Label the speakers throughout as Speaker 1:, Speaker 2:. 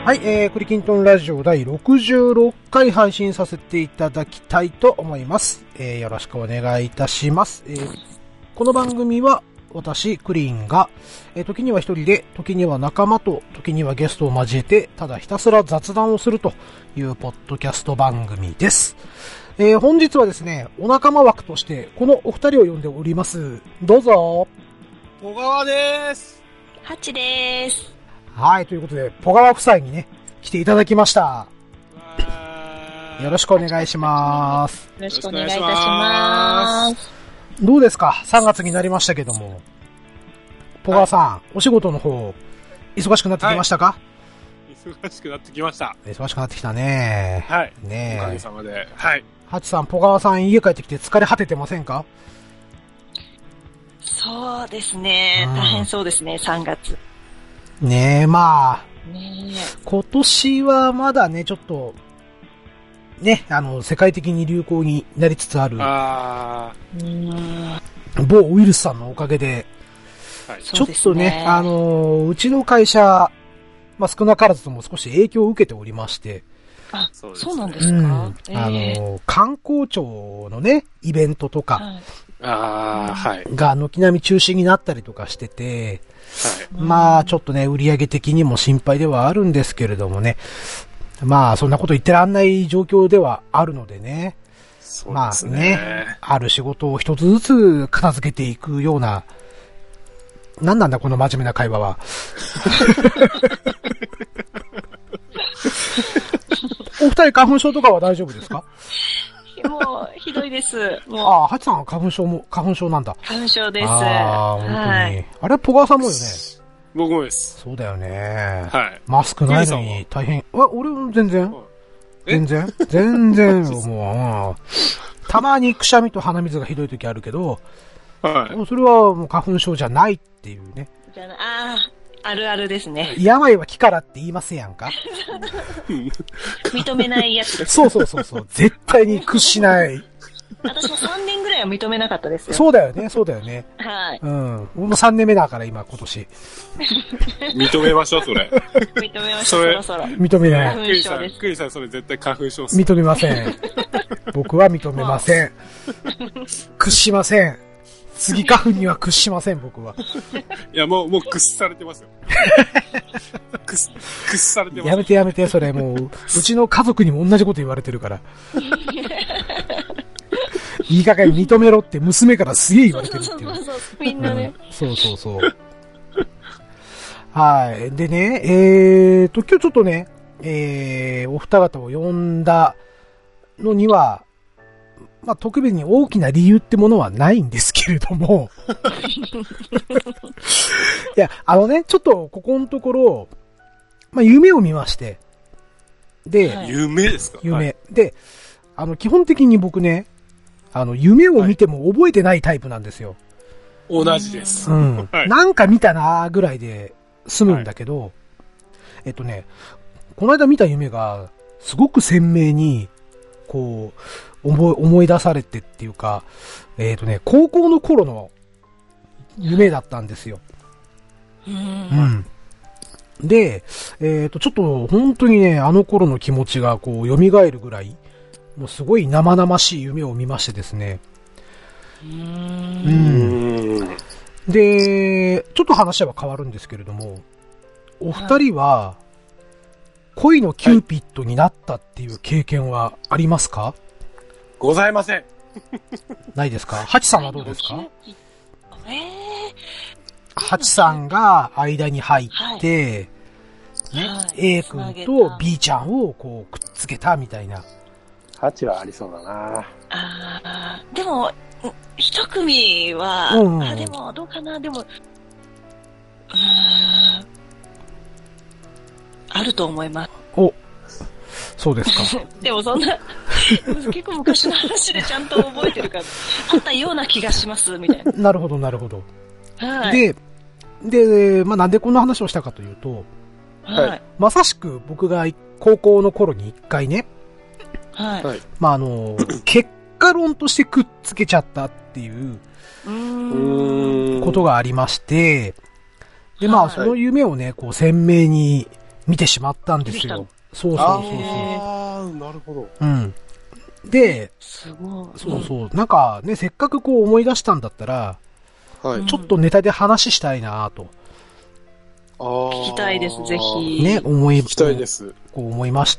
Speaker 1: はい、クリキントンラジオ第66回配信させていただきたいと思います。よろしくお願いいたします。この番組は私、クリーンが、時には一人で、時には仲間と、時にはゲストを交えて、ただひたすら雑談をするというポッドキャスト番組です。本日はですね、お仲間枠として、このお二人を呼んでおります。どうぞ。
Speaker 2: 小川です。
Speaker 3: ハチです。
Speaker 1: はい、ということで、ポガワ夫妻にね、来ていただきました。よろしくお願いします。
Speaker 3: よろしくお願いいたします。
Speaker 1: どうですか ?3 月になりましたけども。ポガワさん、はい、お仕事の方、忙しくなってきましたか？
Speaker 2: はい、忙しくなってきました。
Speaker 1: 忙しくなってきたね。
Speaker 2: はい。
Speaker 1: ねえ。
Speaker 2: おかげさまで。はい。
Speaker 1: ハチさん、ポガワさん、家帰ってきて疲れ果ててませんか？
Speaker 3: そうですね。大変そうですね、3月。
Speaker 1: ねえ、まあ、
Speaker 3: ねえ、
Speaker 1: 今年はまだね、ちょっと、ね、世界的に流行になりつつある、某ウイルスさんのおかげで、
Speaker 2: はい、
Speaker 1: ちょっとね、うちの会社、まあ、少なからずとも少し影響を受けておりまして、
Speaker 3: あ、そうなんですか？
Speaker 1: 観光庁のね、イベントとか、
Speaker 2: はい。
Speaker 1: が軒並み中止になったりとかしてて、はい、まあちょっとね、売上的にも心配ではあるんですけれどもね、まあそんなこと言ってらんない状況ではあるのでね、
Speaker 2: そうですね。
Speaker 1: まあね、ある仕事を一つずつ片付けていくような、なんなんだこの真面目な会話は。お二人花粉症とかは大丈夫ですか？
Speaker 3: もう、ひどいです。もう。
Speaker 1: ああ、ハチさんは花粉症なんだ。
Speaker 3: 花粉症です。
Speaker 1: ああ、本当に。はい、あれ、ポガワさんもよね。
Speaker 2: 僕もです。
Speaker 1: そうだよね。
Speaker 2: はい。
Speaker 1: マスクないのに大変。俺全然。全然、もう、たまにくしゃみと鼻水がひどい時あるけど、
Speaker 2: はい。
Speaker 1: それはもう花粉症じゃないっていうね。
Speaker 3: あるあるですね。
Speaker 1: 病は気からって言いますやんか。
Speaker 3: 認めないやつです。
Speaker 1: そう。絶対に屈しない。
Speaker 3: 私も3年ぐらいは認めなかったですよ。
Speaker 1: そうだよね。
Speaker 3: はい。
Speaker 1: うん。俺も3年目だから今年。
Speaker 2: 認めましょう、それ。
Speaker 3: 認めましょう、そろそろ。
Speaker 1: 認めない。
Speaker 3: 花粉症です。
Speaker 2: クリさん、それ絶対花粉症っす。
Speaker 1: 認めません。僕は認めません。屈しません。スギ花粉には屈しません、僕は。
Speaker 2: いや、もう屈されてますよ。屈されてます。
Speaker 1: やめて、それもう、うちの家族にも同じこと言われてるから。いい加減認めろって娘からすげえ言われてるっていう。
Speaker 3: そう、みんなね。
Speaker 1: そう。はい。でね、今日ちょっとね、お二方を呼んだのには、まあ、特別に大きな理由ってものはないんですけれども。いや、ちょっとここのところ、まあ、夢を見まして。で、
Speaker 2: はい、夢ですか？
Speaker 1: 夢。はい、で、基本的に僕ね、夢を見ても覚えてないタイプなんですよ。
Speaker 2: 同じです。
Speaker 1: うん。はい、なんか見たなーぐらいで済むんだけど、はい、この間見た夢が、すごく鮮明に、こう、思い出されてっていうか、高校の頃の夢だったんですよ。うん。で、ちょっと本当にね、あの頃の気持ちがこう蘇るぐらい、もうすごい生々しい夢を見ましてですね。で、ちょっと話は変わるんですけれども、お二人は、恋のキューピッドになったっていう経験はありますか？
Speaker 2: ございません。
Speaker 1: ないですか？ハチさんはどうですか？ハチさんが間に入って、ね、A 君と B ちゃんをこうくっつけたみたいな。
Speaker 2: ハチはありそうだ
Speaker 3: な。でも、一組は、でも、どうかな、でも、あると思います。
Speaker 1: お、そうですか。
Speaker 3: でもそんな、結構昔の話でちゃんと覚えてるから、あったような気がします、みたいな。
Speaker 1: なるほど。
Speaker 3: はい。
Speaker 1: で、まあ、なんでこんな話をしたかというと、
Speaker 3: はい。
Speaker 1: まさしく僕が高校の頃に一回ね、
Speaker 3: はい。
Speaker 1: まあ、結果論としてくっつけちゃったっていうことがありまして、で、まあ、その夢をね、こう鮮明に見てしまったんですよ。そうそうそうそう。
Speaker 2: ああ、なるほど。
Speaker 1: うん。で、
Speaker 3: すごい。
Speaker 1: そうそう。なんかね、せっかくこう思い出したんだったら、
Speaker 2: はい。
Speaker 1: ちょっとネタで話したいなと。
Speaker 3: 聞きたいです、ぜひ。
Speaker 1: ね、
Speaker 2: 聞きたいです。
Speaker 1: こう思いまして、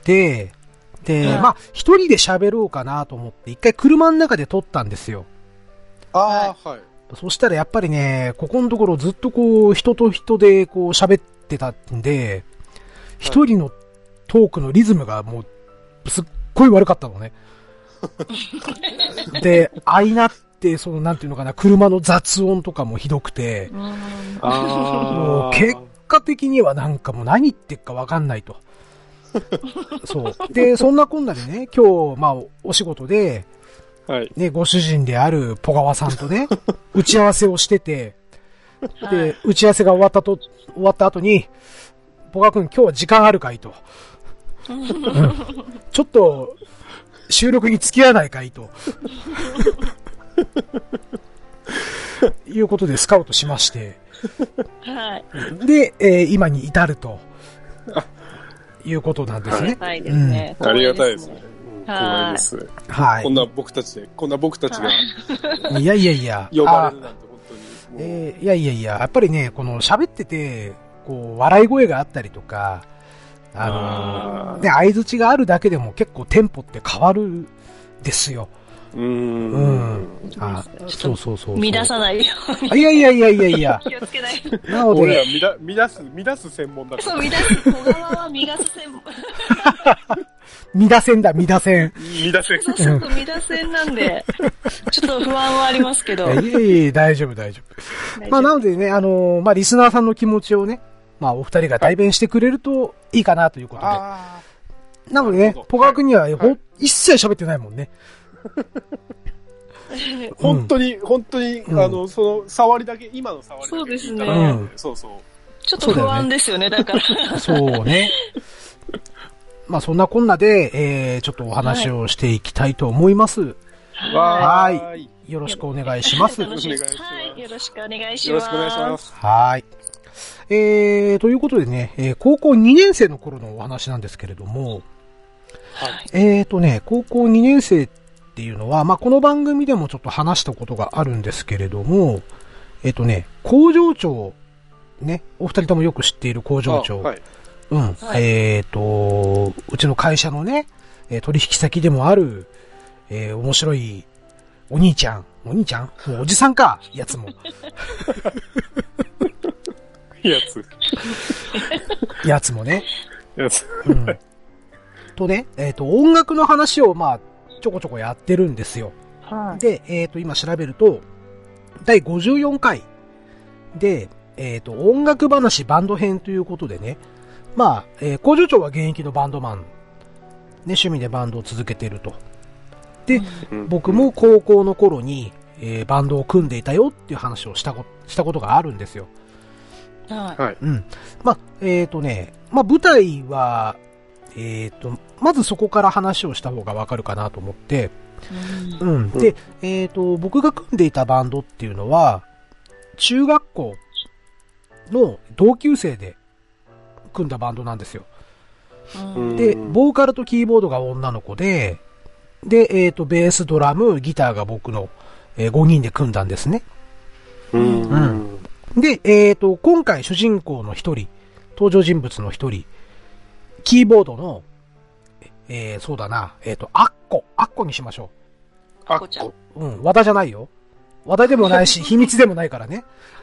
Speaker 1: で、
Speaker 3: はい
Speaker 1: まあ、一人で喋ろうかなと思って、一回車の中で撮ったんですよ。
Speaker 2: ああ、はい。
Speaker 1: そしたらやっぱりね、ここのところずっとこう、人と人でこう喋ってたんで、一人のトークのリズムがもう、すっごい悪かったのね。で、相なって、その、なんていうのかな、車の雑音とかもひどくて、もう結果的にはなんかもう何言ってっかわかんないと。そう。で、そんなこんなでね、今日、まあ、お仕事で、
Speaker 2: はい。
Speaker 1: ね、ご主人であるポガワさんとね、打ち合わせをしてて、で、打ち合わせが終わった後に、ポガ君今日は時間あるかいと。ちょっと、収録に付き合わないかいと。いうことでスカウトしまして。
Speaker 3: はい。
Speaker 1: で、今に至ると。いうことなんですね。
Speaker 3: ありがたいですね。
Speaker 2: ありがたいですね。
Speaker 3: はい
Speaker 2: 光栄です。
Speaker 1: はい。
Speaker 2: こんな僕たちが
Speaker 1: いやいやいや。
Speaker 2: 呼ばれるなんて本当に。
Speaker 1: いやいやいや、やっぱりね、この喋ってて、こう、笑い声があったりとか、ね、相槌があるだけでも結構テンポって変わるんですよ。そうそうそう。
Speaker 3: 乱さないように。
Speaker 1: いやいやいやいやいや。
Speaker 3: 気をつけないと。
Speaker 1: なので。
Speaker 2: 俺は乱す専門だから。
Speaker 3: そう、乱す。小川は乱す専門。
Speaker 1: 乱せんだ、乱せん。
Speaker 2: 乱せん。
Speaker 3: そう、乱せんなんで、ちょっと不安はありますけど。
Speaker 1: いやいや、大丈夫、大丈夫。まあ、なのでね、まあ、リスナーさんの気持ちをね、まあ、お二人が代弁してくれるといいかなということで。なのでね、ポガ君には、一切喋ってないもんね。
Speaker 2: 本当に、その、触りだけ、今の触りだけ。
Speaker 3: そうですね。
Speaker 2: そうそう。
Speaker 3: ちょっと不安ですよね、だから。
Speaker 1: そうね。まあそんなこんなで、ちょっとお話をしていきたいと思います。はい。よろしくお願いします。
Speaker 3: はい。よろしくお願いします。よろしくお願いします。
Speaker 1: はい。ということでね、高校2年生の頃のお話なんですけれども、高校2年生っていうのは、まあこの番組でもちょっと話したことがあるんですけれども、工場長、ね、お二人ともよく知っている工場長。うん。はい、うちの会社のね、取引先でもある、面白いお兄ちゃんもうおじさんか、やつも。やつもね。うん。とね、音楽の話を、まあ、ちょこちょこやってるんですよ。で、今調べると、第54回で、音楽話バンド編ということでね、まあ、工場長は現役のバンドマン、ね、趣味でバンドを続けていると。で、僕も高校の頃に、バンドを組んでいたよっていう話をしたことがあるんですよ。
Speaker 3: はい。
Speaker 1: うん。まあ、まあ、舞台は、まずそこから話をした方がわかるかなと思って、うん。で、僕が組んでいたバンドっていうのは、中学校の同級生で組んだバンドなんですよ。で、ボーカルとキーボードが女の子で、で、ベース、ドラム、ギターが僕の、5人で組んだんですね。で、今回主人公の一人、登場人物の一人、キーボードの、そうだな、アッコにしましょ
Speaker 3: う。アッコちゃん。
Speaker 1: うん、和田じゃないよ。和田でもないし、秘密でもないからね。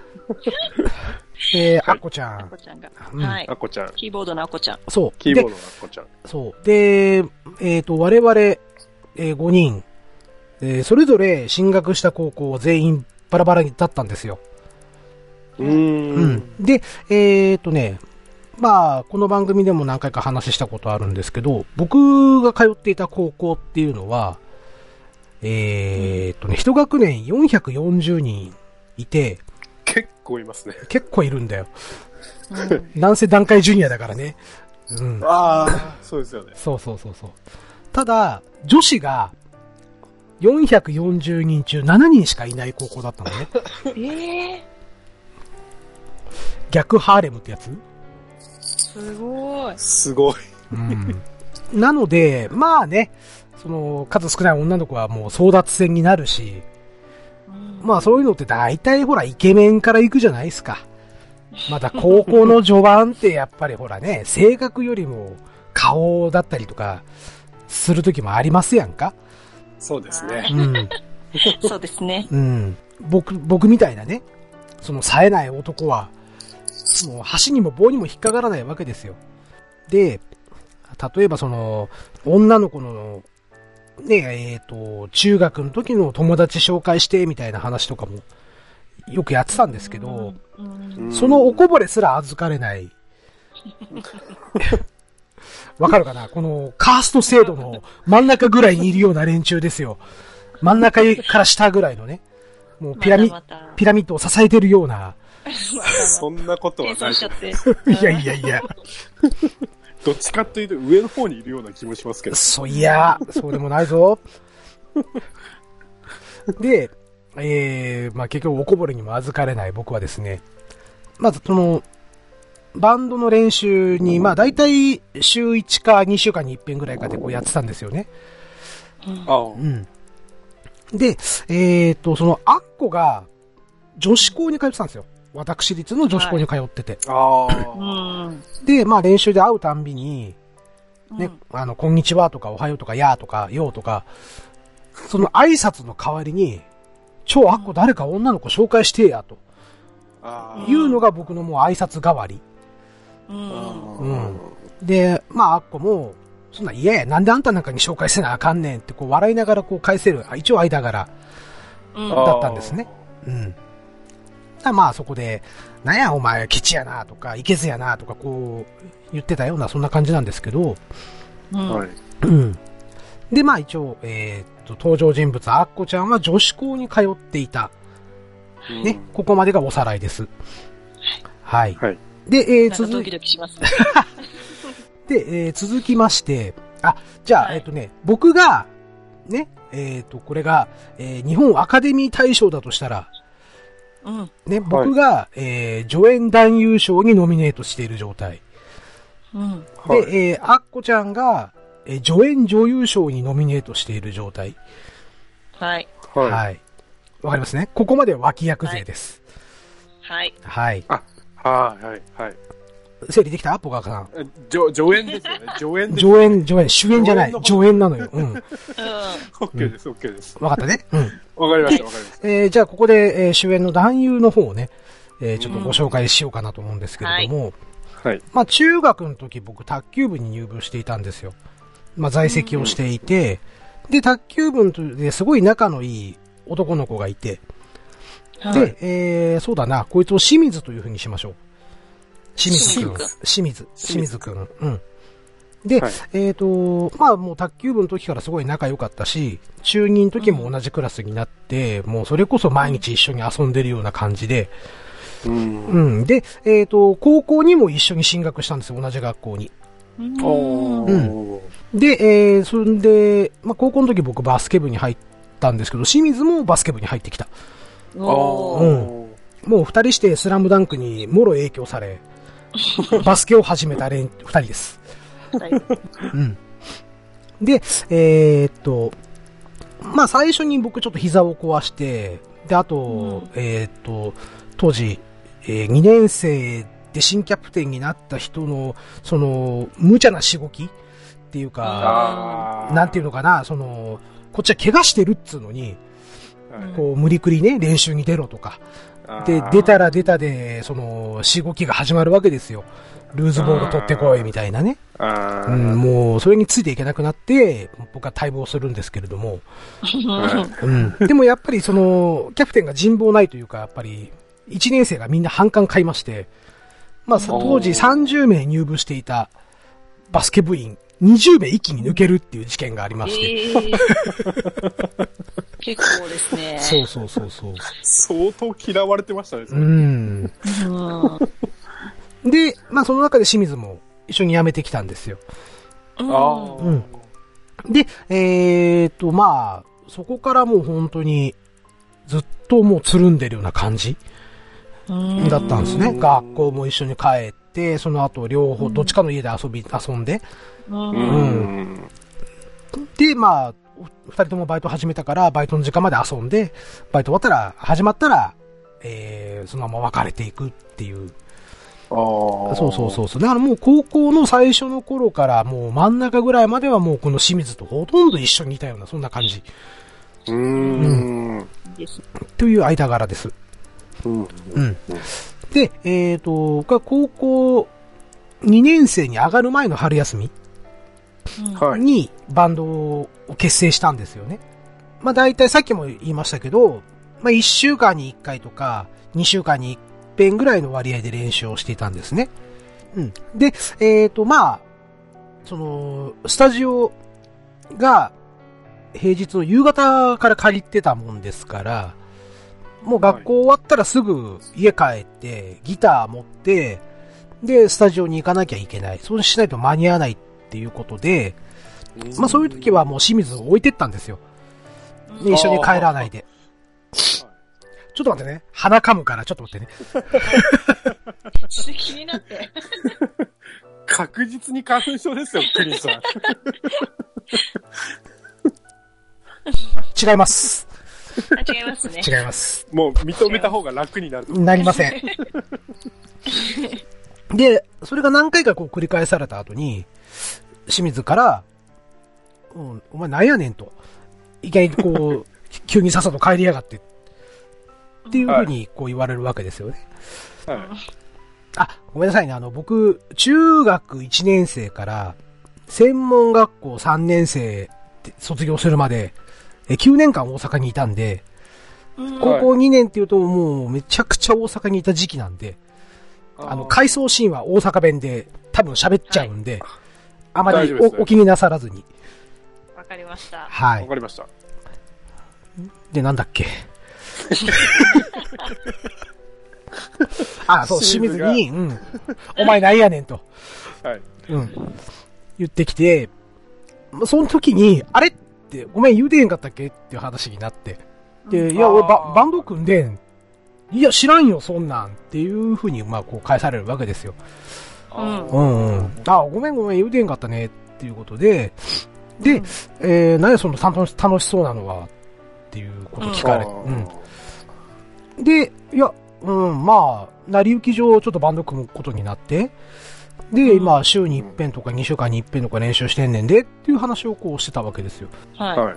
Speaker 1: アッコちゃん。
Speaker 3: アッコちゃんが。はい。
Speaker 2: アッコちゃん。
Speaker 3: キーボードのアッコちゃん。
Speaker 1: そう。
Speaker 2: キーボードのアッコちゃん。
Speaker 1: そう。で、我々、5人、それぞれ進学した高校全員バラバラだったんですよ。うん。で、まあ、この番組でも何回か話したことあるんですけど、僕が通っていた高校っていうのは、一学年440人いて、
Speaker 2: 結構いますね。
Speaker 1: 結構いるんだよ。なんせ団塊ジュニアだからね。うん。
Speaker 2: ああ、そうですよね。
Speaker 1: そう。ただ、女子が440人中7人しかいない高校だったのね。逆ハーレムってやつ？
Speaker 3: すごい。
Speaker 2: すごい。
Speaker 1: うん。なので、まあね、その、数少ない女の子はもう争奪戦になるし、まあそういうのって大体ほらイケメンから行くじゃないですか。また高校の序盤ってやっぱりほらね、性格よりも顔だったりとかする時もありますやんか。
Speaker 2: そうですね。
Speaker 1: うん。
Speaker 3: そうですね。
Speaker 1: うん。僕みたいなね、その冴えない男は、もう箸にも棒にも引っかからないわけですよ。で、例えばその、女の子の、ね、中学の時の友達紹介してみたいな話とかもよくやってたんですけど、そのおこぼれすら預かれない。わかるかな？このカースト制度の真ん中ぐらいにいるような連中ですよ。真ん中から下ぐらいのね、もうピラミッドを支えてるような。
Speaker 2: そんなことはない。
Speaker 1: いやいやいや。
Speaker 2: どっちかというと上の方にいるような気もしますけど。
Speaker 1: いや、そうでもないぞ。で、まあ、結局おこぼれにも預かれない僕はですね、まずその、バンドの練習に、まあ大体週1か2週間に1遍ぐらいかでこうやってたんですよね。うん。で、そのアッコが女子校に通ってたんですよ。私立の女子校に通ってて。
Speaker 3: はい、
Speaker 1: で、まあ練習で会うたんびに、ね、こんにちはとかおはようとかやーとかよーとか、その挨拶の代わりに、超アッコ誰か女の子紹介してやと。いうのが僕のもう挨拶代わり。で、まあアッコも、そんな、いやなんであんたなんかに紹介せなあかんねんってこう笑いながらこう返せる、一応間柄だったんですね。まあそこで、なんやお前ケチやなとか、いけずやなとかこう言ってたようなそんな感じなんですけど、でまあ一応、登場人物アッコちゃんは女子校に通っていた。ね、ここまでがおさらいです。はい。で、
Speaker 3: ドキドキします。
Speaker 1: で、続きまして、じゃあ、僕が、ね、これが、日本アカデミー大賞だとしたら、ね、僕が、助演男優賞にノミネートしている状態。で、アッコちゃんが、助演女優賞にノミネートしている状態。
Speaker 3: はい。
Speaker 1: はい。わかりますね。ここまでは脇役勢です。
Speaker 3: はい。
Speaker 1: はい。
Speaker 2: はい。
Speaker 1: 整理できたポカさん。
Speaker 2: 助演ですよね。助演。
Speaker 1: 主演じゃない。助演なのよ。オッ
Speaker 2: ケーです、オッケーです。
Speaker 1: わかったね。
Speaker 2: わかりました。
Speaker 1: じゃあここで、主演の男優の方をね、ちょっとご紹介しようかなと思うんですけれども、まあ中学の時僕卓球部に入部していたんですよ。まあ在籍をしていて、で、卓球部ですごい仲のいい男の子がいて、で、そうだな、こいつを清水という風にしましょう。清水くん。で、まあもう卓球部の時からすごい仲良かったし、中2の時も同じクラスになって、もうそれこそ毎日一緒に遊んでるような感じで、で、高校にも一緒に進学したんですよ、同じ学校に。で、それで、まあ高校の時僕バスケ部に入ったんですけど、清水もバスケ部に入ってきた。もう二人してスラムダンクにもろ影響され、バスケを始めた二人です。で、まあ最初に僕ちょっと膝を壊して、で、あと、当時、2年生で新キャプテンになった人の、その、無茶なしごきっていうか、なんていうのかな、その、こっちは怪我してるっつうのに、こう、無理くりね、練習に出ろとか。で、出たら出たで、その、しごきが始まるわけですよ。ルーズボール取ってこい、みたいなね。もう、それについていけなくなって、僕は待望するんですけれども。でもやっぱりその、キャプテンが人望ないというか、やっぱり、1年生がみんな反感買いまして、まあ、当時30名入部していたバスケ部員、20名一気に抜けるっていう事件がありまして。
Speaker 3: 結構ですね。
Speaker 1: そう。
Speaker 2: 相当嫌われてましたね。
Speaker 1: で、まあその中で清水も一緒に辞めてきたんですよ。で、まあ、そこからもう本当にずっともうつるんでるような感じだったんですね。学校も一緒に帰っ 、その後両方、どっちかの家で遊んで、で、まあ、二人ともバイト始めたから、バイトの時間まで遊んで、バイト始まったら、そのまま別れていくっていう。そう。だからもう高校の最初の頃からもう真ん中ぐらいまではもうこの清水とほとんど一緒にいたような、そんな感じ。という間柄です。で、高校2年生に上がる前の春休みにバンドを結成したんですよね。まあ大体さっきも言いましたけど、まあ1週間に1回とか2週間に1遍ぐらいの割合で練習をしていたんですね。で、まあ、その、スタジオが平日の夕方から借りてたもんですから、もう学校終わったらすぐ家帰ってギター持って、で、スタジオに行かなきゃいけない。そうしないと間に合わないっていうことで、まあそういう時はもう清水を置いてったんですよ。で一緒に帰らないで。ちょっと待ってね。鼻噛むからちょっと待ってね。
Speaker 3: 気になって。
Speaker 2: 確実に花粉症ですよ、クリスさん。
Speaker 1: 違います。
Speaker 3: 違いますね。
Speaker 1: 違います。
Speaker 2: もう認めた方が楽になる。
Speaker 1: なりません。で、それが何回かこう繰り返された後に、清水から、お前なんやねんと。いきなりこう、急にさっさと帰りやがって。っていうふうにこう言われるわけですよね。
Speaker 2: はい。
Speaker 1: あ、ごめんなさいね。僕、中学1年生から、専門学校3年生で卒業するまで、9年間大阪にいたんで、高校2年っていうともうめちゃくちゃ大阪にいた時期なんで、回想シーンは大阪弁で多分喋っちゃうんで、あまりお気になさらずに。
Speaker 3: わかりました。
Speaker 1: はい。
Speaker 2: わかりました。
Speaker 1: で、なんだっけ。あ、そう、清水に、お前なんやねんと。
Speaker 2: はい。
Speaker 1: 言ってきて、その時に、あれってごめん言うてへんかったっけっていう話になって。で、いや、俺バンド組んでん。いや、知らんよ、そんなん。っていう風に、まあ、こう返されるわけですよ。あ、ごめん言うてへんかったね。っていうことで、で、何やその楽しそうなのは、っていうこと聞かれ。で、いや、まあ、成り行き上ちょっとバンド組むことになって、で、今、週に一遍とか2週間に一遍とか練習してんねんで、っていう話をこうしてたわけですよ。
Speaker 3: はい。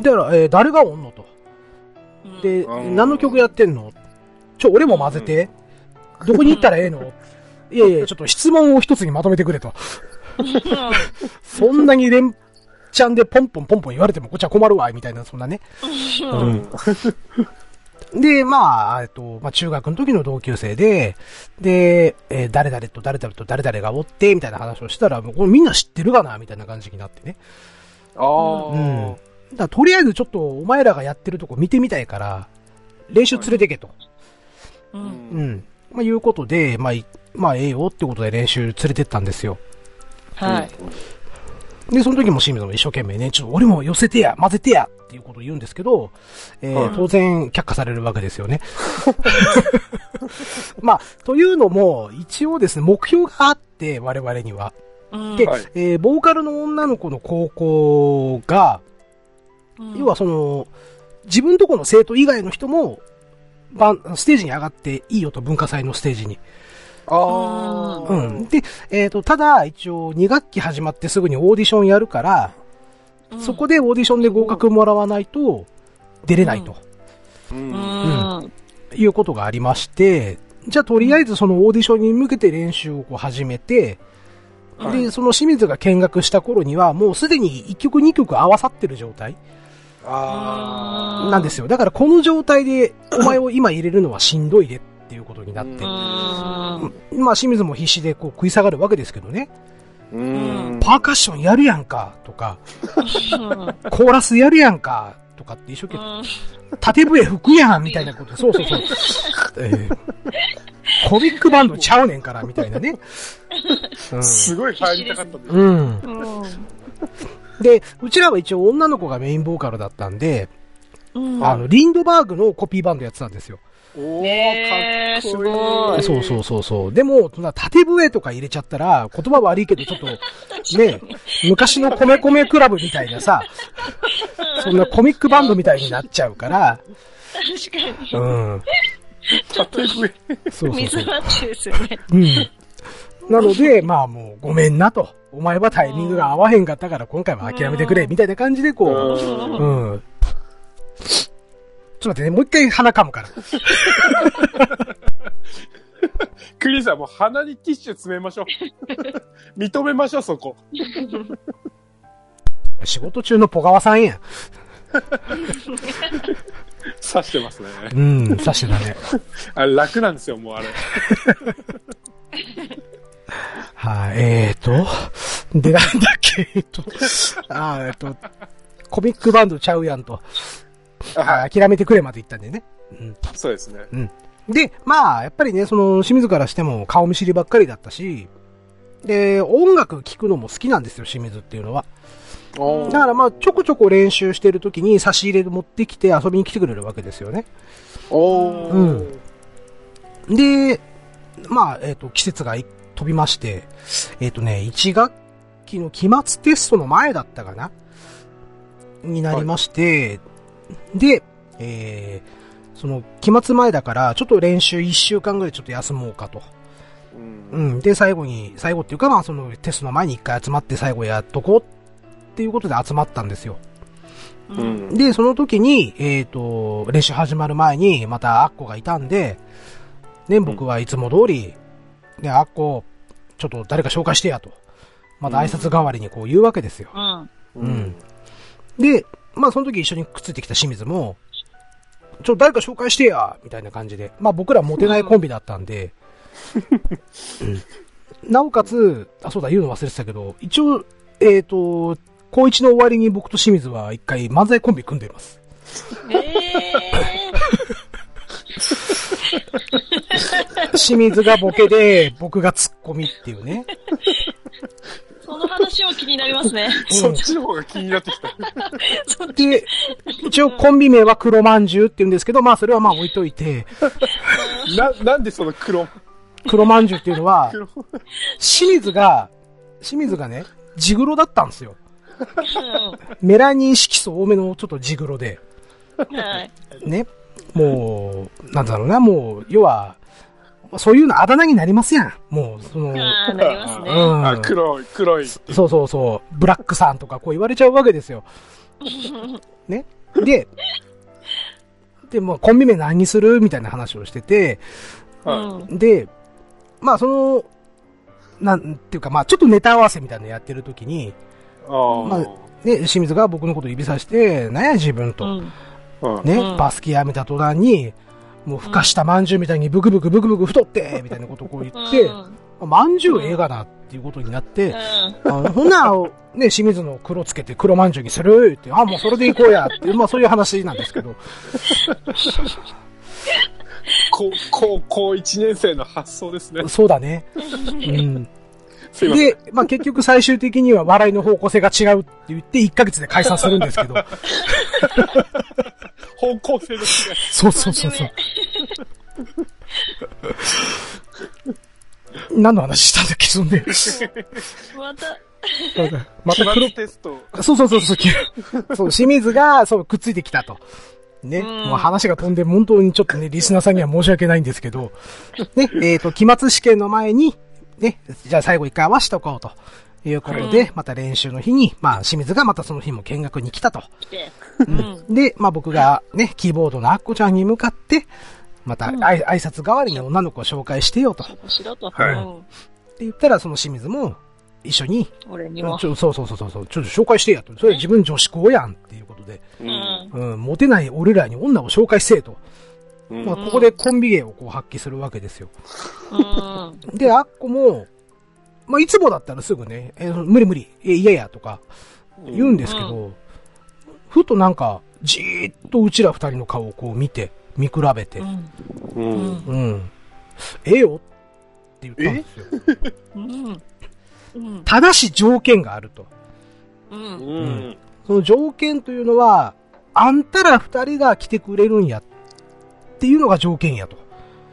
Speaker 1: だから、誰がおんのと。で、何の曲やってんの？俺も混ぜて。どこに行ったらええの？いやいや、ちょっと質問を一つにまとめてくれと。そんなに連チャンでポンポン言われてもこっちは困るわ、みたいな、そんなね。で、まあ、中学の時の同級生で、誰々と誰々と誰々がおって、みたいな話をしたら、もうみんな知ってるかなみたいな感じになってね。だからとりあえずちょっとお前らがやってるとこ見てみたいから、練習連れてけと。まあ、いうことで、まあ、ええよってことで練習連れてったんですよ。
Speaker 3: はい。
Speaker 1: で、その時も清水も一生懸命ね、ちょっと俺も寄せてや、混ぜてやっていうことを言うんですけど、当然却下されるわけですよね。まあ、というのも、一応ですね、目標があって、我々には。で、ボーカルの女の子の高校が、要はその、自分とこの生徒以外の人も、ステージに上がっていいよと、文化祭のステージに。で、ただ、一応、2学期始まってすぐにオーディションやるから、そこでオーディションで合格もらわないと、出れないと。いうことがありまして、じゃあとりあえずそのオーディションに向けて練習をこう始めて、で、その清水が見学した頃には、もうすでに1曲2曲合わさってる状態なんですよ。だからこの状態で、お前を今入れるのはしんどいでっていうことになって、まあ清水も必死でこう食い下がるわけですけどね。パーカッションやるやんか、とか、コーラスやるやんか、とかって一生懸命、縦笛吹くやん、みたいなこと、そう。コミックバンドちゃうねんから、みたいなね。
Speaker 2: すごい入りたかったん
Speaker 1: ですで、うちらは一応女の子がメインボーカルだったんで、リンドバーグのコピーバンドやってたんですよ。
Speaker 2: お
Speaker 3: ねー
Speaker 2: ー、かっこいい。
Speaker 3: すごい
Speaker 1: そうそうそうそう。でも、そんな縦笛とか入れちゃったら、言葉悪いけど、ちょっと、ね、昔の米米クラブみたいなさ、そんなコミックバンドみたいになっちゃうから、
Speaker 3: 確かに。
Speaker 1: うん。
Speaker 3: ちょっと、
Speaker 2: 縦笛。
Speaker 1: そうそうそう。
Speaker 3: 水マッチですよね。
Speaker 1: うん。なので、まあもう、ごめんなと。お前はタイミングが合わへんかったから、今回は諦めてくれ、みたいな感じで、こう、うん。ちょっと待ってね、もう一回鼻噛むから。
Speaker 2: クリスさんもう鼻にティッシュ詰めましょう。認めましょう、そこ。
Speaker 1: 仕事中のポガワさんやん。
Speaker 2: 刺してますね。
Speaker 1: うん、刺してたね。
Speaker 2: あれ楽なんですよ、もうあれ。
Speaker 1: はい、で、なんだっけ、コミックバンドちゃうやんと。
Speaker 2: はい。
Speaker 1: 諦めてくれまで言ったんでね。うん。
Speaker 2: そうですね。
Speaker 1: うん。で、まあ、やっぱりね、その、清水からしても顔見知りばっかりだったし、で、音楽聴くのも好きなんですよ、清水っていうのは。だからまあ、ちょこちょこ練習してる時に差し入れで持ってきて遊びに来てくれるわけですよね。うん。で、まあ、季節が飛びまして、1学期の期末テストの前だったかなになりまして、で、その、期末前だから、ちょっと練習1週間ぐらいちょっと休もうかと。うん。で、最後っていうか、まあ、そのテストの前に1回集まって最後やっとこうっていうことで集まったんですよ。
Speaker 3: うん。
Speaker 1: で、その時に、練習始まる前に、またアッコがいたんで、ね、僕はいつも通り、ね、アッコ、ちょっと誰か紹介してやと。また挨拶代わりにこう言うわけですよ。うん。で、まあその時一緒にくっついてきた清水も、誰か紹介してやみたいな感じで。まあ僕らモテないコンビだったんで、うん、なおかつ、そうだ、言うの忘れてたけど、一応、高一の終わりに僕と清水は一回漫才コンビ組んでいます。清水がボケで、僕がツッコミっていうね。
Speaker 3: その話も気になりますね。
Speaker 2: そっちの方が気になってきた。
Speaker 1: で、一応コンビ名は黒まんじゅうって言うんですけど、まあそれはまあ置いといて。
Speaker 2: なんでその黒
Speaker 1: まんじゅうっていうのは、清水がね、ジグロだったんですよ。メラニン色素多めのちょっとジグロで。
Speaker 3: はい。
Speaker 1: ね。もう、なんだろうな、もう、要は、そういうのあだ名になりますやん。もう、その、
Speaker 3: なりますね。
Speaker 2: あ、黒い。
Speaker 1: そうそうそう、ブラックさんとかこう言われちゃうわけですよ。ね。で、もうコンビ名何にするみたいな話をしてて、で、まあその、なんていうか、まあちょっとネタ合わせみたいなのやってる時に、まあ、ね、清水が僕のことを指さして、なんや自分と。ね、バスケやめた途端に、もうふかしたまんじゅうみたいにブクブク太って、みたいなことをこう言って、まんじゅうええがなっていうことになって、ほんなら、ね、清水の黒つけて黒まんじゅうにするって、もうそれでいこうやって、まあそういう話なんですけど。
Speaker 2: 高1年生の発想ですね。
Speaker 1: そうだね。うん。
Speaker 2: すいません。
Speaker 1: で、まあ結局最終的には笑いの方向性が違うって言って1ヶ月で解散するんですけど。
Speaker 2: 方向性の違い。
Speaker 1: そう。何の話したんだっけ、そんで。また
Speaker 2: 黒テスト。
Speaker 1: そう。そう、清水が、くっついてきたと。ね。もう話が飛んで、本当にちょっとね、リスナーさんには申し訳ないんですけど、ね、期末試験の前に、ね、じゃあ最後一回合わしとこうということで、また練習の日に、まあ、清水がまたその日も見学に来たと。で、まあ僕がね、キーボードのアッコちゃんに向かって、また挨拶代わりに女の子を紹介してよと。って言ったら、その清水も一緒に、
Speaker 3: 俺にも。
Speaker 1: そう、ちょっと紹介してやと。それ自分女子校やんっていうことで、モテない俺らに女を紹介せえと。まあ、ここでコンビ芸をこう発揮するわけですよ。で、アッコも、まあ、いつもだったらすぐね、無理、嫌やとか言うんですけど、ふとなんか、じーっとうちら二人の顔をこう見比べて、ええよって言ったんですよ。ただし条件があると。その条件というのは、あんたら二人が来てくれるんやっっていうのが条件やと。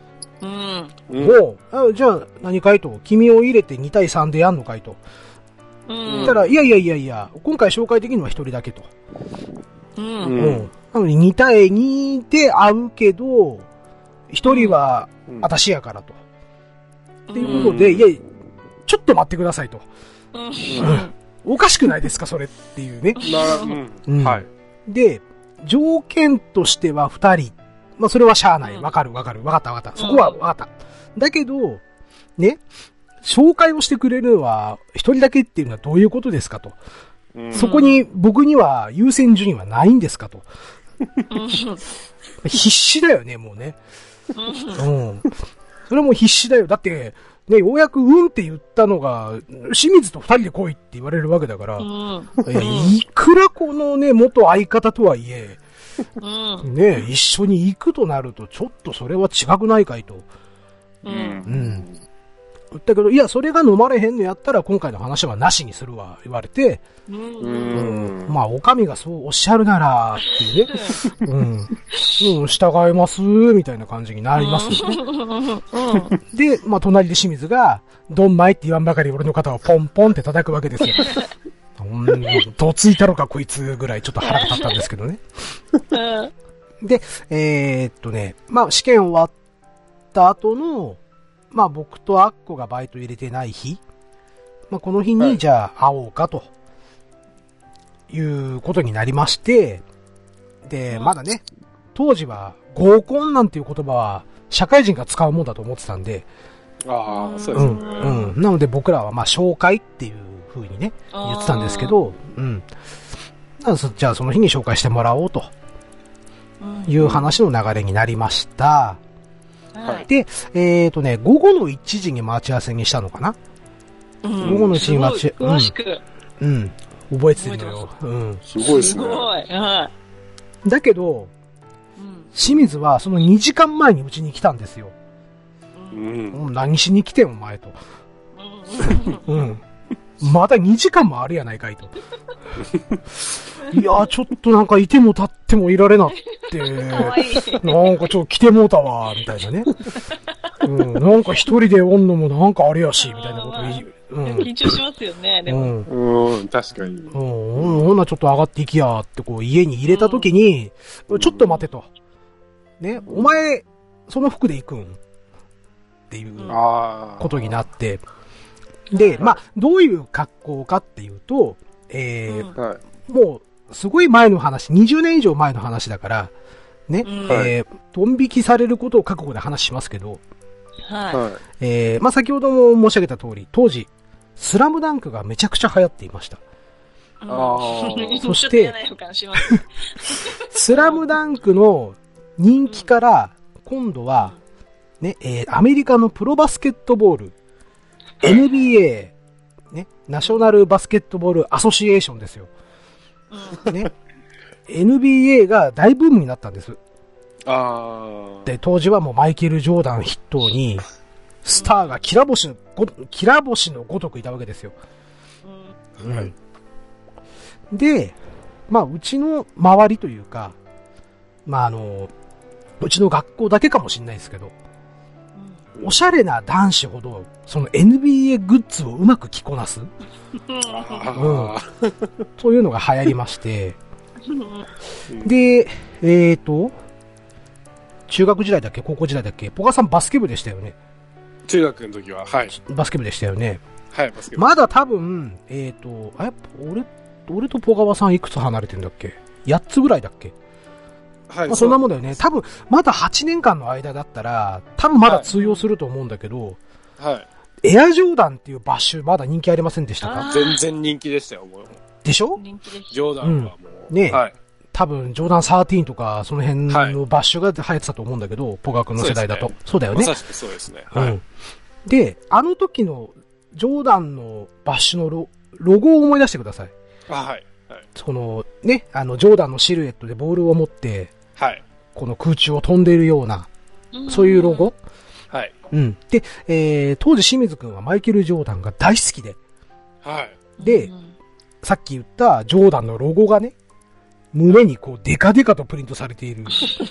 Speaker 1: じゃあ何かいと。君を入れて2対3でやんのかいと。言ったら、いや、今回紹介できるのは1人だけと。なので2対2で会うけど、1人は私やからと。っていうことで、いや、ちょっと待ってくださいと。おかしくないですか、それっていうね。
Speaker 2: はい。
Speaker 1: で、条件としては2人。まあ、それはしゃあない。わかった。そこはわかった。だけど、ね、紹介をしてくれるのは1人だけっていうのはどういうことですかと。そこに僕には優先順位はないんですかと。必死だよね、もうね。それはもう必死だよ。だって、ね、ようやくって言ったのが、清水と2人で来いって言われるわけだから、いくらこのね、元相方とはいえ、ね、一緒に行くとなると、ちょっとそれは違くないかいと。だけど、いや、それが飲まれへんのやったら、今回の話はなしにするわ、言われて、まあ、お上がそうおっしゃるなら、っていうね、従います、みたいな感じになりますよね。で、まあ、隣で清水が、どんまいって言わんばかり俺の肩をポンポンって叩くわけですよ。どついたのかこいつぐらいちょっと腹が立ったんですけどね。で、まあ試験終わった後の、まあ僕とアッコがバイト入れてない日、まあこの日にじゃあ会おうかと、いうことになりまして、で、まだね、当時は合コンなんていう言葉は社会人が使うもんだと思ってたんで、
Speaker 2: そうですね。
Speaker 1: なので僕らはまあ紹介っていう風にね、言ってたんですけど、じゃあその日に紹介してもらおうという話の流れになりました。で、午後の1時に待ち合わせにしたのかな、午後の1時に待ち合わせ、覚えてるのよ。
Speaker 2: すごいですね。
Speaker 1: だけど、清水はその2時間前にうちに来たんですよ。何しに来てんお前と。まだ2時間もあるやないかいと。いや、ちょっとなんかいても立ってもいられなって、なんかちょっと来てもうたわ、みたいなね。なんか一人でおんのもなんかあれやし、みたいなこと言う。
Speaker 3: 緊張しますよね、でも。
Speaker 2: 確かに。
Speaker 1: ほんなちょっと上がっていきや、ってこう家に入れたときに、ちょっと待てと。ね、お前、その服で行くんっていうことになって、で、まあ、どういう格好かっていうと、もう、すごい前の話、20年以上前の話だから、ね、ドン引きされることを覚悟で話しますけど、まあ、先ほども申し上げた通り、当時、スラムダンクがめちゃくちゃ流行っていました。そして、スラムダンクの人気から、今度は、ね、アメリカのプロバスケットボール、NBA、ね、ナショナルバスケットボールアソシエーションですよ。ね、NBA が大ブームになったんです。で、当時はもうマイケル・ジョーダン筆頭に、スターがきら星のごとくいたわけですよ。で、まあ、うちの周りというか、まあ、うちの学校だけかもしれないですけど、おしゃれな男子ほど、その NBA グッズをうまく着こなす。そういうのが流行りまして。で、中学時代だっけ高校時代だっけポカさんバスケ部でしたよね。
Speaker 2: 中学の時は、はい。
Speaker 1: バスケ部でしたよね。
Speaker 2: はい、バスケ部。
Speaker 1: まだ多分、俺とポカワさんいくつ離れてんだっけ ?8 つぐらいだっけはい、まあ、そんなもんだよね。多分、まだ8年間の間だったら、多分まだ通用すると思うんだけど、エアジョーダンっていうバッシュ、まだ人気ありませんでしたか？
Speaker 2: 全然人気でしたよ、もう。
Speaker 1: でしょ？
Speaker 2: ジョーダンはもう。
Speaker 1: ね、多分、ジョーダン13とか、その辺のバッシュが流行ってたと思うんだけど、ポガ君の世代だと。そうだよね。
Speaker 2: まさしくそうですね。
Speaker 1: で、あの時の、ジョーダンのバッシュのロゴを思い出してください。この、ね、ジョーダンのシルエットでボールを持って、この空中を飛んでいるような、そういうロゴ。で、当時清水くんはマイケル・ジョーダンが大好きで。で、さっき言ったジョーダンのロゴがね、 胸にこうデカデカとプリントされている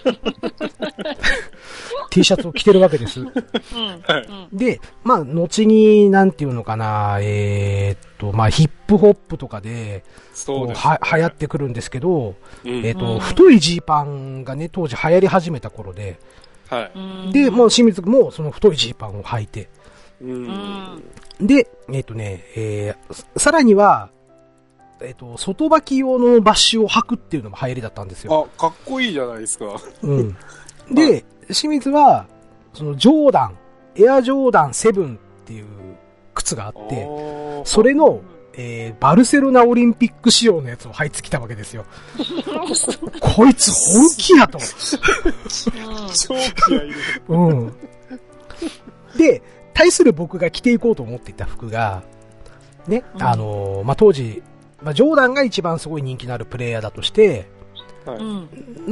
Speaker 1: T シャツを着てるわけです。で、まあ、後に、なんていうのかな、まあ、ヒップホップとかで、
Speaker 2: そうです
Speaker 1: ね、流行ってくるんですけど、太いジーパンがね、当時流行り始めた頃で、
Speaker 2: はい。
Speaker 1: で、もう清水君もその太いジーパンを履いて、で、さらには、外履き用のバッシュを履くっていうのも流行りだったんですよ。
Speaker 2: あ、かっこいいじゃないですか。
Speaker 1: うん。で、清水は、そのジョーダン、エアジョーダン7っていう靴があって、それの、バルセロナオリンピック仕様のやつを履いてきたわけですよ。こいつ本気やと。
Speaker 2: 超気合い入れる。
Speaker 1: うん。で、対する僕が着ていこうと思っていた服が、ね、まあ、当時、まあ、ジョーダンが一番すごい人気のあるプレイヤーだとして、
Speaker 2: はい、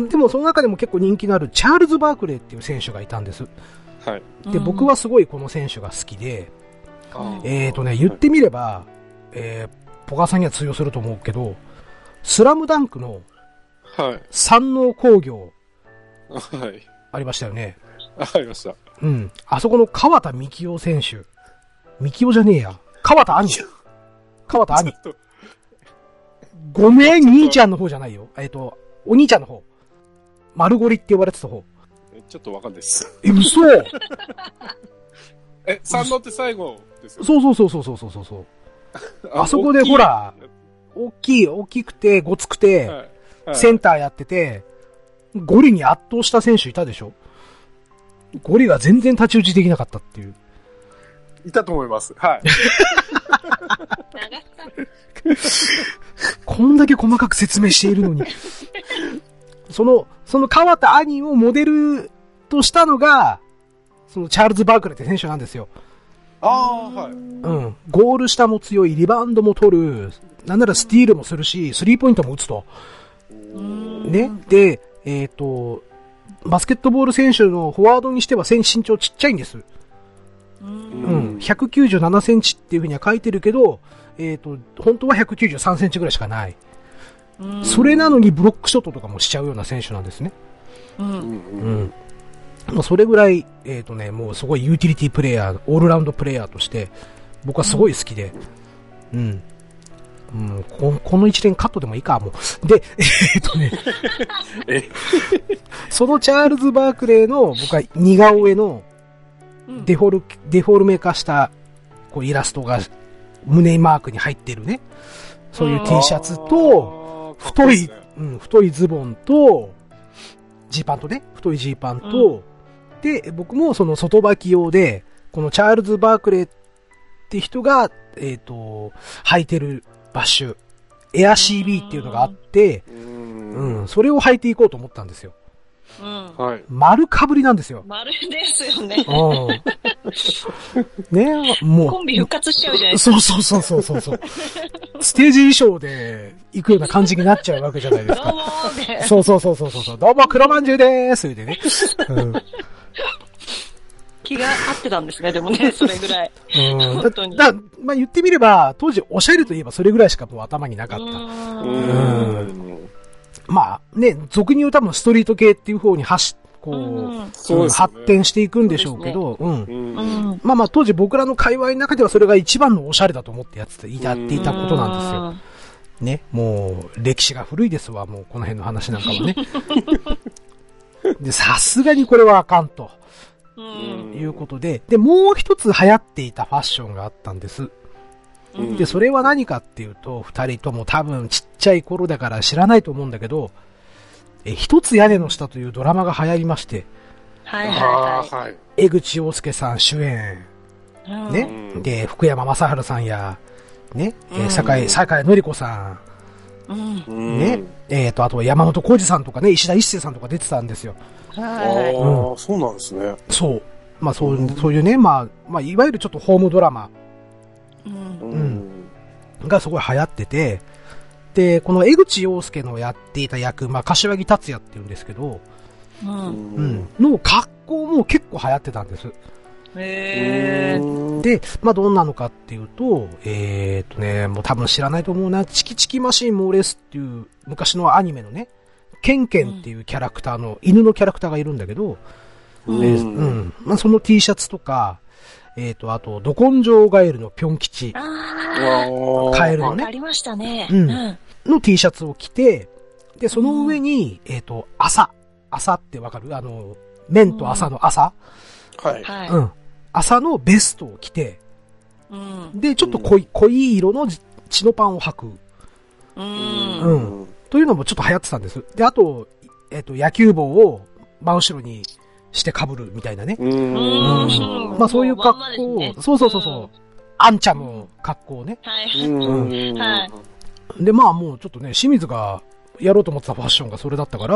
Speaker 1: でもその中でも結構人気のあるチャールズ・バークレーっていう選手がいたんです。
Speaker 2: はい、
Speaker 1: で、僕はすごいこの選手が好きで、言ってみれば、ポカさんには通用すると思うけど、スラムダンクの山王工業、ありましたよね。
Speaker 2: ありました。
Speaker 1: うん。あそこの川田幹夫選手。幹夫じゃねえや。川田兄。川田兄。ごめん、兄ちゃんの方じゃないよ。お兄ちゃんの方。丸ゴリって呼ばれてた方。
Speaker 2: ちょっとわかんないです。
Speaker 1: 嘘
Speaker 2: 山王って最後ですよ。
Speaker 1: そう。あそこでほら、大きくて、ごつくて、センターやってて、ゴリに圧倒した選手いたでしょ？ゴリが全然太刀打ちできなかったっていう。
Speaker 2: いたと思います。はい。
Speaker 1: こんだけ細かく説明しているのに。その川田兄をモデルとしたのが、そのチャールズ・バークレーって選手なんですよ。
Speaker 2: はい。
Speaker 1: うん。ゴール下も強い、リバウンドも取る、なんならスティールもするし、スリーポイントも打つと。ね。で、バスケットボール選手のフォワードにしては身長ちっちゃいんです。197センチっていう風には書いてるけど、本当は193センチぐらいしかない。それなのにブロックショットとかもしちゃうような選手なんですね。まあ、それぐらい、もうすごいユーティリティプレイヤー、オールラウンドプレイヤーとして、僕はすごい好きで、この一連カットでもいいか、もう。で、そのチャールズ・バークレーの、僕は似顔絵の、デフォルメ化した、こう、イラストが、胸マークに入ってるね。そういう T シャツと、太いズボンと、ジーパンとね、太いジーパンと、で、僕もその外履き用で、このチャールズ・バークレーって人が、履いてるバッシュ、エア CB っていうのがあって、それを履いていこうと思ったんですよ。丸かぶりなんですよ。
Speaker 3: 丸ですよね。
Speaker 1: ね、もう。
Speaker 3: コンビ復活しちゃうじゃないですか。
Speaker 1: そう。ステージ衣装で行くような感じになっちゃうわけじゃないですか。
Speaker 3: どうもーね。
Speaker 1: そう。どうも、黒まんじゅうでーす。でね。
Speaker 3: 気が合ってたんですね、でもね、それぐらい。本当に。
Speaker 1: まあ言ってみれば、当時おしゃれといえばそれぐらいしかもう頭になかった。まあね、俗に言う多分ストリート系っていう方に発展していくんでしょうけど、まあ当時僕らの界隈の中ではそれが一番のおしゃれだと思ってやっていたことなんですよ。ね、もう歴史が古いですわ、もうこの辺の話なんかはね。で、さすがにこれはあかんと。いうことで、もう一つ流行っていたファッションがあったんです。で、それは何かっていうと、二人とも多分ちっちゃい頃だから知らないと思うんだけど、一つ屋根の下というドラマが流行りまして、江口洋介さん主演、ね、で、福山雅治さんや、ね、坂井紀子さん、ね、あと山本浩二さんとかね、石田一生さんとか出てたんですよ。
Speaker 2: そうなんですね。
Speaker 1: そう。まあそういうね、まあ、いわゆるちょっとホームドラマ、がすごい流行ってて、で、この江口洋介のやっていた役、まあ、柏木達也って言うんですけど、の格好も結構流行ってたんです。
Speaker 3: へー。
Speaker 1: で、まあどんなのかっていうと、もう多分知らないと思うな、チキチキマシンモーレスっていう昔のアニメのね、ケンケンっていうキャラクターの、犬のキャラクターがいるんだけど、まあその T シャツとか、あと、ど根性ガエルのぴょん吉。カエルのね。
Speaker 3: ありましたね。
Speaker 1: の T シャツを着て、で、その上に、朝ってわかる？麺と朝の朝。
Speaker 2: はい。
Speaker 1: 朝のベストを着て、で、ちょっと濃い色の血のパンを履く。というのもちょっと流行ってたんです。で、あと、野球帽を真後ろにして被るみたいなね。まあそういう格好を、そう。アンちゃんの格好をね。で、まあもうちょっとね、清水がやろうと思ってたファッションがそれだったから、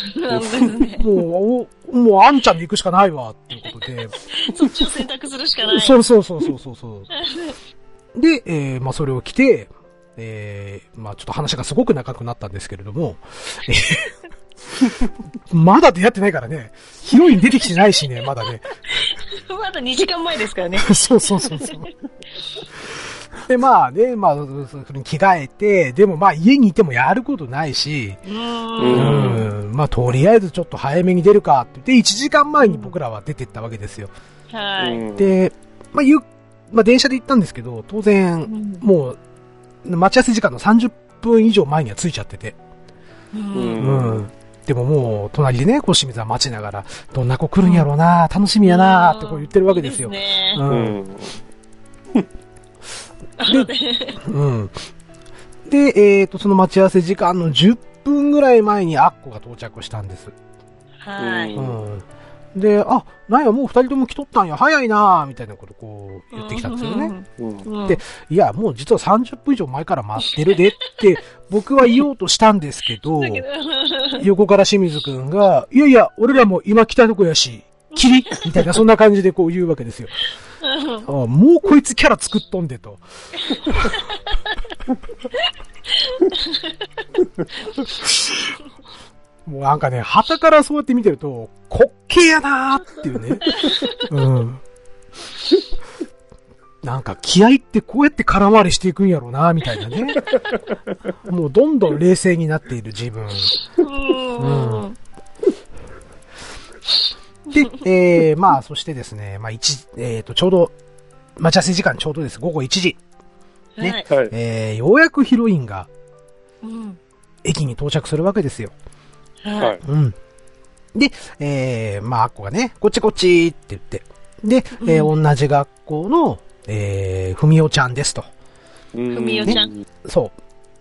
Speaker 1: もうあんちゃんで行くしかないわ、っていうことで。
Speaker 3: そっちを選択するしかない。
Speaker 1: そう。で、まあそれを着て、まあちょっと話がすごく長くなったんですけれども、まだ出会ってないからね。ヒロイン出てきてないしね、まだね。
Speaker 3: まだ2時間前ですからね。
Speaker 1: そう。で、まあね、まあ、それに着替えて、でもまあ家にいてもやることないし、まあとりあえずちょっと早めに出るかって言って、1時間前に僕らは出てったわけですよ。で、まあ電車で行ったんですけど、当然、もう、待ち合わせ時間の30分以上前には着いちゃってて。でももう、隣でね、こう清水は待ちながら、どんな子来るんやろうな、楽しみやなってこう言ってるわけですよ。で、その待ち合わせ時間の10分ぐらい前にアッコが到着したんです。で、なんや、もう2人とも来とったんや、早いなみたいなことこう言ってきたんですよね。で、いや、もう実は30分以上前から待ってるでって僕は言おうとしたんですけど、横から清水くんが、いや、俺らも今来たとこやし、キリみたいなそんな感じでこう言うわけですよ。もうこいつキャラ作っとんでと。もうなんかね、旗からそうやって見てると、滑稽やなーっていうね。なんか気合ってこうやって空回りしていくんやろうなみたいなね。もうどんどん冷静になっている自分。で、まあ、そしてですね、まあ、ちょうど、待ち合わせ時間ちょうどです。午後1時。ね。ようやくヒロインが、駅に到着するわけですよ。で、まあ、アッコがね、こっちって言って、で、同じ学校の、ふみおちゃんですと。
Speaker 3: ふみおちゃん。
Speaker 1: そう。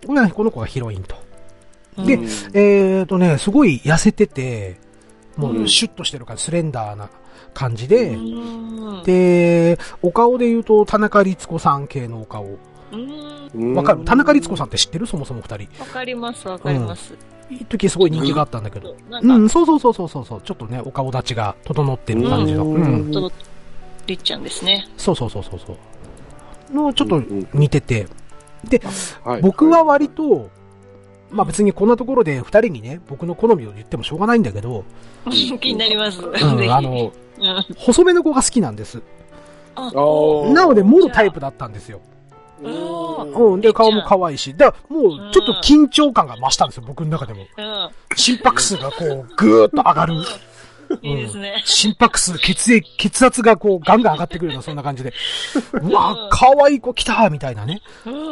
Speaker 1: この子がヒロインと。で、すごい痩せてて、もうシュッとしてるからスレンダーな感じで、で、お顔で言うと田中律子さん系のお顔。わかる？田中律子さんって知ってる？そもそも二人。
Speaker 3: わかります。
Speaker 1: 一時すごい人気があったんだけど。そう。ちょっとね、お顔立ちが整ってる感じの。
Speaker 3: りっちゃんですね。
Speaker 1: そう。の、ちょっと似てて。で、僕は割と、まあ別にこんなところで二人にね、僕の好みを言ってもしょうがないんだけど。
Speaker 3: 気になります。
Speaker 1: 細めの子が好きなんです。なので、もろタイプだったんですよ。で、顔も可愛いし。だからもう、ちょっと緊張感が増したんですよ、僕の中でも。心拍数がこう、ぐーっと上がる。
Speaker 3: いいですね。
Speaker 1: 心拍数、血圧がこう、ガンガン上がってくるような、そんな感じで。うわ、可愛い子来たみたいなね。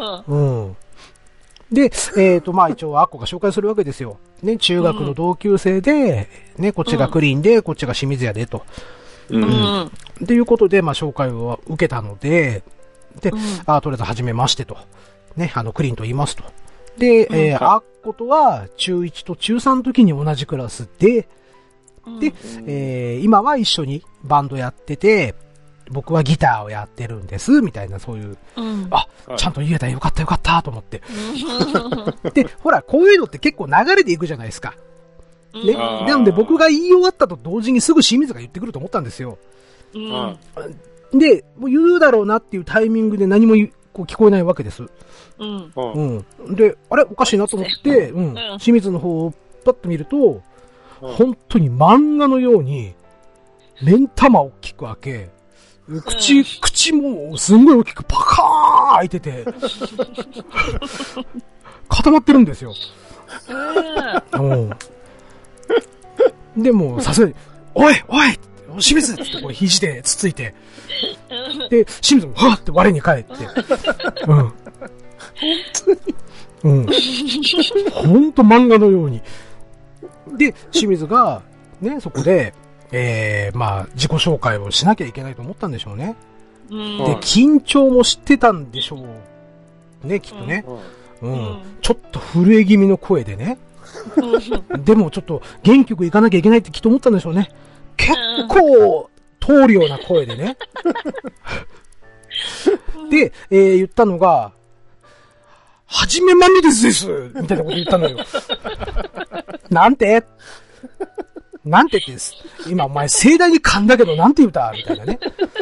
Speaker 1: で、まあ一応、アッコが紹介するわけですよ。ね、中学の同級生で、ね、こっちがクリーンで、こっちが清水屋で、と。っていうことで、まあ紹介を受けたので、で、とりあえず始めましてと。ね、クリーンと言いますと。で、アッコとは、中1と中3の時に同じクラスで、で、今は一緒にバンドやってて、僕はギターをやってるんです、みたいな、そういう、ちゃんと言えたらよかったと思って。で、ほら、こういうのって結構流れでいくじゃないですか。ね。なので僕が言い終わったと同時にすぐ清水が言ってくると思ったんですよ。で、もう言うだろうなっていうタイミングで何もこう聞こえないわけです。で、あれおかしいなと思って、清水の方をパッと見ると、本当に漫画のように、目ん玉を大きく開け、 口もすんごい大きくパカーン開いてて、固まってるんですよ。でも、さすがに、おい清水ってこう肘でつついて、で、清水もはぁって我に返って、ほんと漫画のように。で、清水が、ね、そこで、まあ、自己紹介をしなきゃいけないと思ったんでしょうね。で、緊張もしてたんでしょう。ね、きっとね。ちょっと震え気味の声でね。でもちょっと元気よく行かなきゃいけないってきっと思ったんでしょうね。結構通るような声でね。で、言ったのが、はじめまみですみたいなこと言ったのよ。なんてって今お前盛大に噛んだけどなんて言うたみたいなね。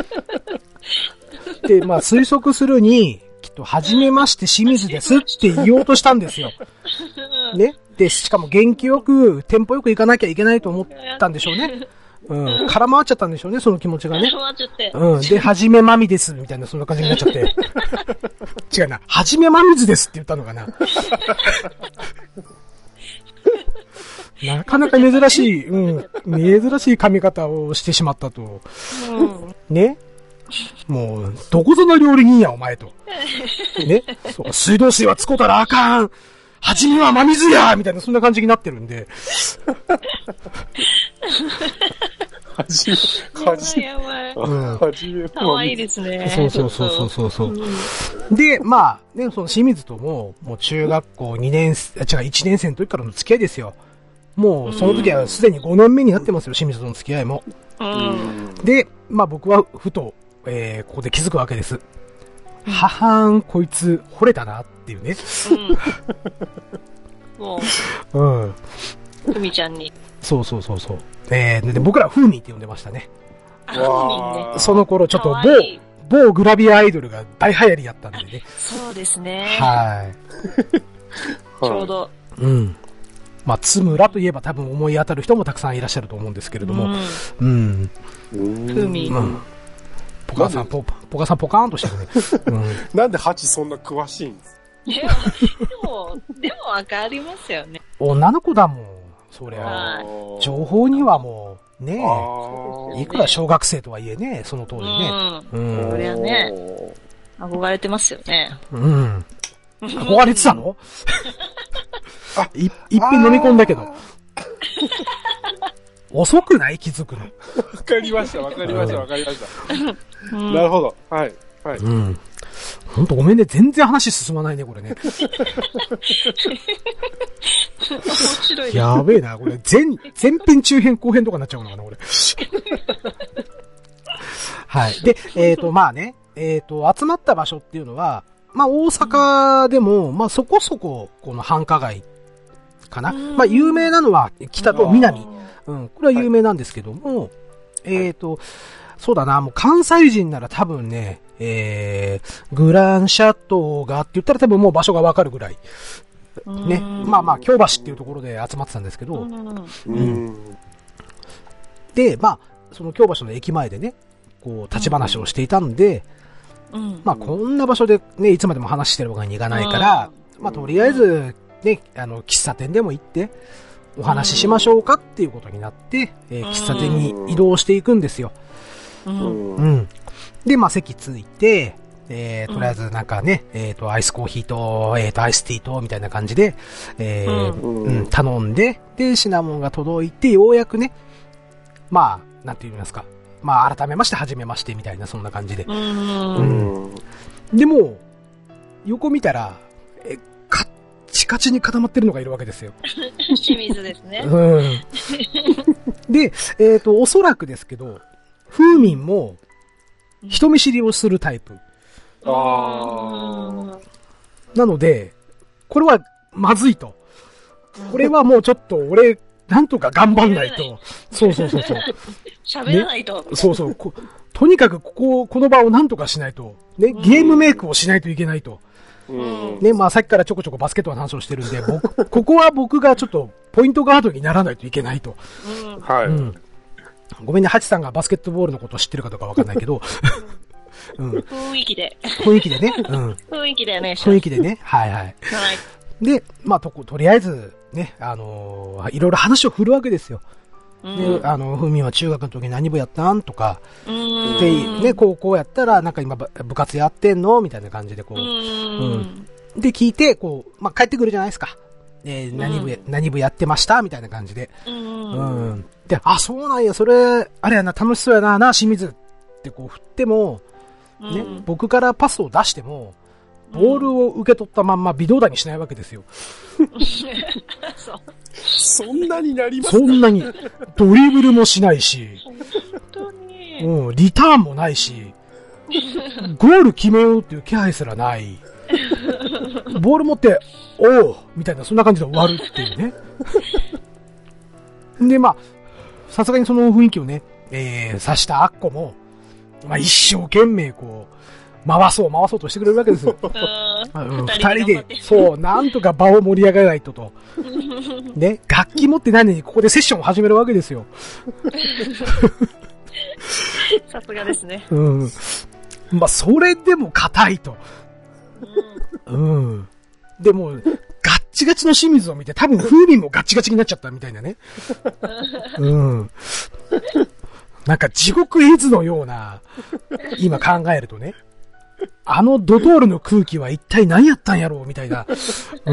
Speaker 1: で、まあ推測するに、きっとはじめまして清水ですって言おうとしたんですよ。ね。で、しかも元気よく、テンポよく行かなきゃいけないと思ったんでしょうね。空回っちゃったんでしょうね、その気持ちがね。
Speaker 3: 空回っちゃって。
Speaker 1: で、はじめまみです、みたいな、そんな感じになっちゃって。違うな、はじめまみずですって言ったのかな。なかなか珍しい、珍しい髪型をしてしまったと。ね。もう、どこぞの料理人や、お前と。ね。そう、水道水は使うたらあかん。はじめは真水やみたいな、そんな感じになってるんで。
Speaker 3: やばい。かわいいですね。
Speaker 1: そう。で、まあ、ね、その清水ともう中学校1年生の時からの付き合いですよ。もう、その時はすでに5年目になってますよ、清水との付き合いも。で、まあ僕はふと、ここで気づくわけです。ははーん、こいつ、惚れたなっていうね。
Speaker 3: もう、ふみちゃんに。
Speaker 1: そう。で、僕らはフーミンって呼んでましたね。
Speaker 3: フーミンね。
Speaker 1: その頃、ちょっと某グラビアアイドルが大流行りやったんでね。
Speaker 3: そうですね。
Speaker 1: はい。
Speaker 3: ちょうど。
Speaker 1: まあ、つむらといえば多分思い当たる人もたくさんいらっしゃると思うんですけれども。
Speaker 3: フーミン。
Speaker 1: ポカさんポカーンとしてるね。
Speaker 2: なんでハチそんな詳しいんですか？
Speaker 3: でもわかりますよね。
Speaker 1: 女の子だもん、そりゃ。情報にはもう、ねいくら小学生とはいえね、その通りね。
Speaker 3: そりゃね、憧れてますよね。
Speaker 1: 憧れてたの？いっぺん飲み込んだけど。遅くない？気づくの。
Speaker 2: わかりました。なるほど。はい。
Speaker 1: ほんとごめんね。全然話進まないね、これね。
Speaker 3: 面白い。
Speaker 1: やべえな、これ。前編中編後編とかになっちゃうのかな、これ。はい。で、まあね、集まった場所っていうのは、まあ大阪でも、まあそこそこ、この繁華街かな。まあ有名なのは北と南。これは有名なんですけども、そうだな、もう関西人なら多分ね、グランシャトーがって言ったら多分もう場所がわかるぐらい。ね。まあまあ、京橋っていうところで集まってたんですけど、で、まあ、その京橋の駅前でね、こう、立ち話をしていたんで、まあ、こんな場所でね、いつまでも話してるわけにいかないから、まあ、とりあえず、ね、喫茶店でも行って、お話ししましょうかっていうことになって、喫茶店に移動していくんですよ。で、まあ、席ついて、とりあえずなんかね、アイスコーヒーと、アイスティーと、みたいな感じで、頼んで、で、シナモンが届いて、ようやくね、まあ、なんて言いますか。まあ、改めまして、初めまして、みたいな、そんな感じで。でも、横見たら、カッチカチに固まってるのがいるわけですよ。
Speaker 3: 清水ですね。
Speaker 1: で、おそらくですけど、フーミンも、人見知りをするタイプ。なので、これはまずいと。これはもうちょっと俺、なんとか頑張んないと。そう。
Speaker 3: 喋らないと。
Speaker 1: ね、そう。とにかくこの場をなんとかしないと。ね、ゲームメイクをしないといけないと。ね、まあさっきからちょこちょこバスケットの話をしてるんで、ここは僕がちょっとポイントガードにならないといけないと。 ごめんね、ハチさんがバスケットボールのことを知ってるかどうかわかんないけど、うん。
Speaker 3: 雰囲気で。
Speaker 1: 雰囲気でね。うん。
Speaker 3: 雰囲気でね。
Speaker 1: 雰囲気でね。はいはい。
Speaker 3: はい。
Speaker 1: で、まあ、とりあえず、ね、いろいろ話を振るわけですよ。で、ふみは中学の時何部やったんとか、で、ね、高校やったら、なんか今部活やってんのみたいな感じでこう、うん。で、聞いて、こう、まあ、帰ってくるじゃないですか。何部やってましたみたいな感じで。うん。で、あ、そうなんや、それ、あれやな、楽しそうやな、清水ってこう振っても、ね、僕からパスを出しても、ボールを受け取ったまんま微動だにしないわけですよ。
Speaker 2: そんなになりますか？
Speaker 1: そんなに。ドリブルもしないし、
Speaker 3: 本当に。
Speaker 1: うん、リターンもないし、ゴール決めようっていう気配すらない。ボール持って、おうみたいな、そんな感じで終わるっていうね。で、まあ、さすがにその雰囲気をね、察したアッコも、まあ一生懸命こう、回そうとしてくれるわけですよ。二人で、そう、なんとか場を盛り上げないと。ね、楽器持ってないのにここでセッションを始めるわけですよ。
Speaker 3: さすがですね。
Speaker 1: うん。まあ、それでも硬いと。うん。でも、ガッチガチの清水を見て、多分風味もガッチガチになっちゃったみたいなね。うん。なんか地獄絵図のような、今考えるとね。あのドトールの空気は一体何やったんやろうみたいな。うん。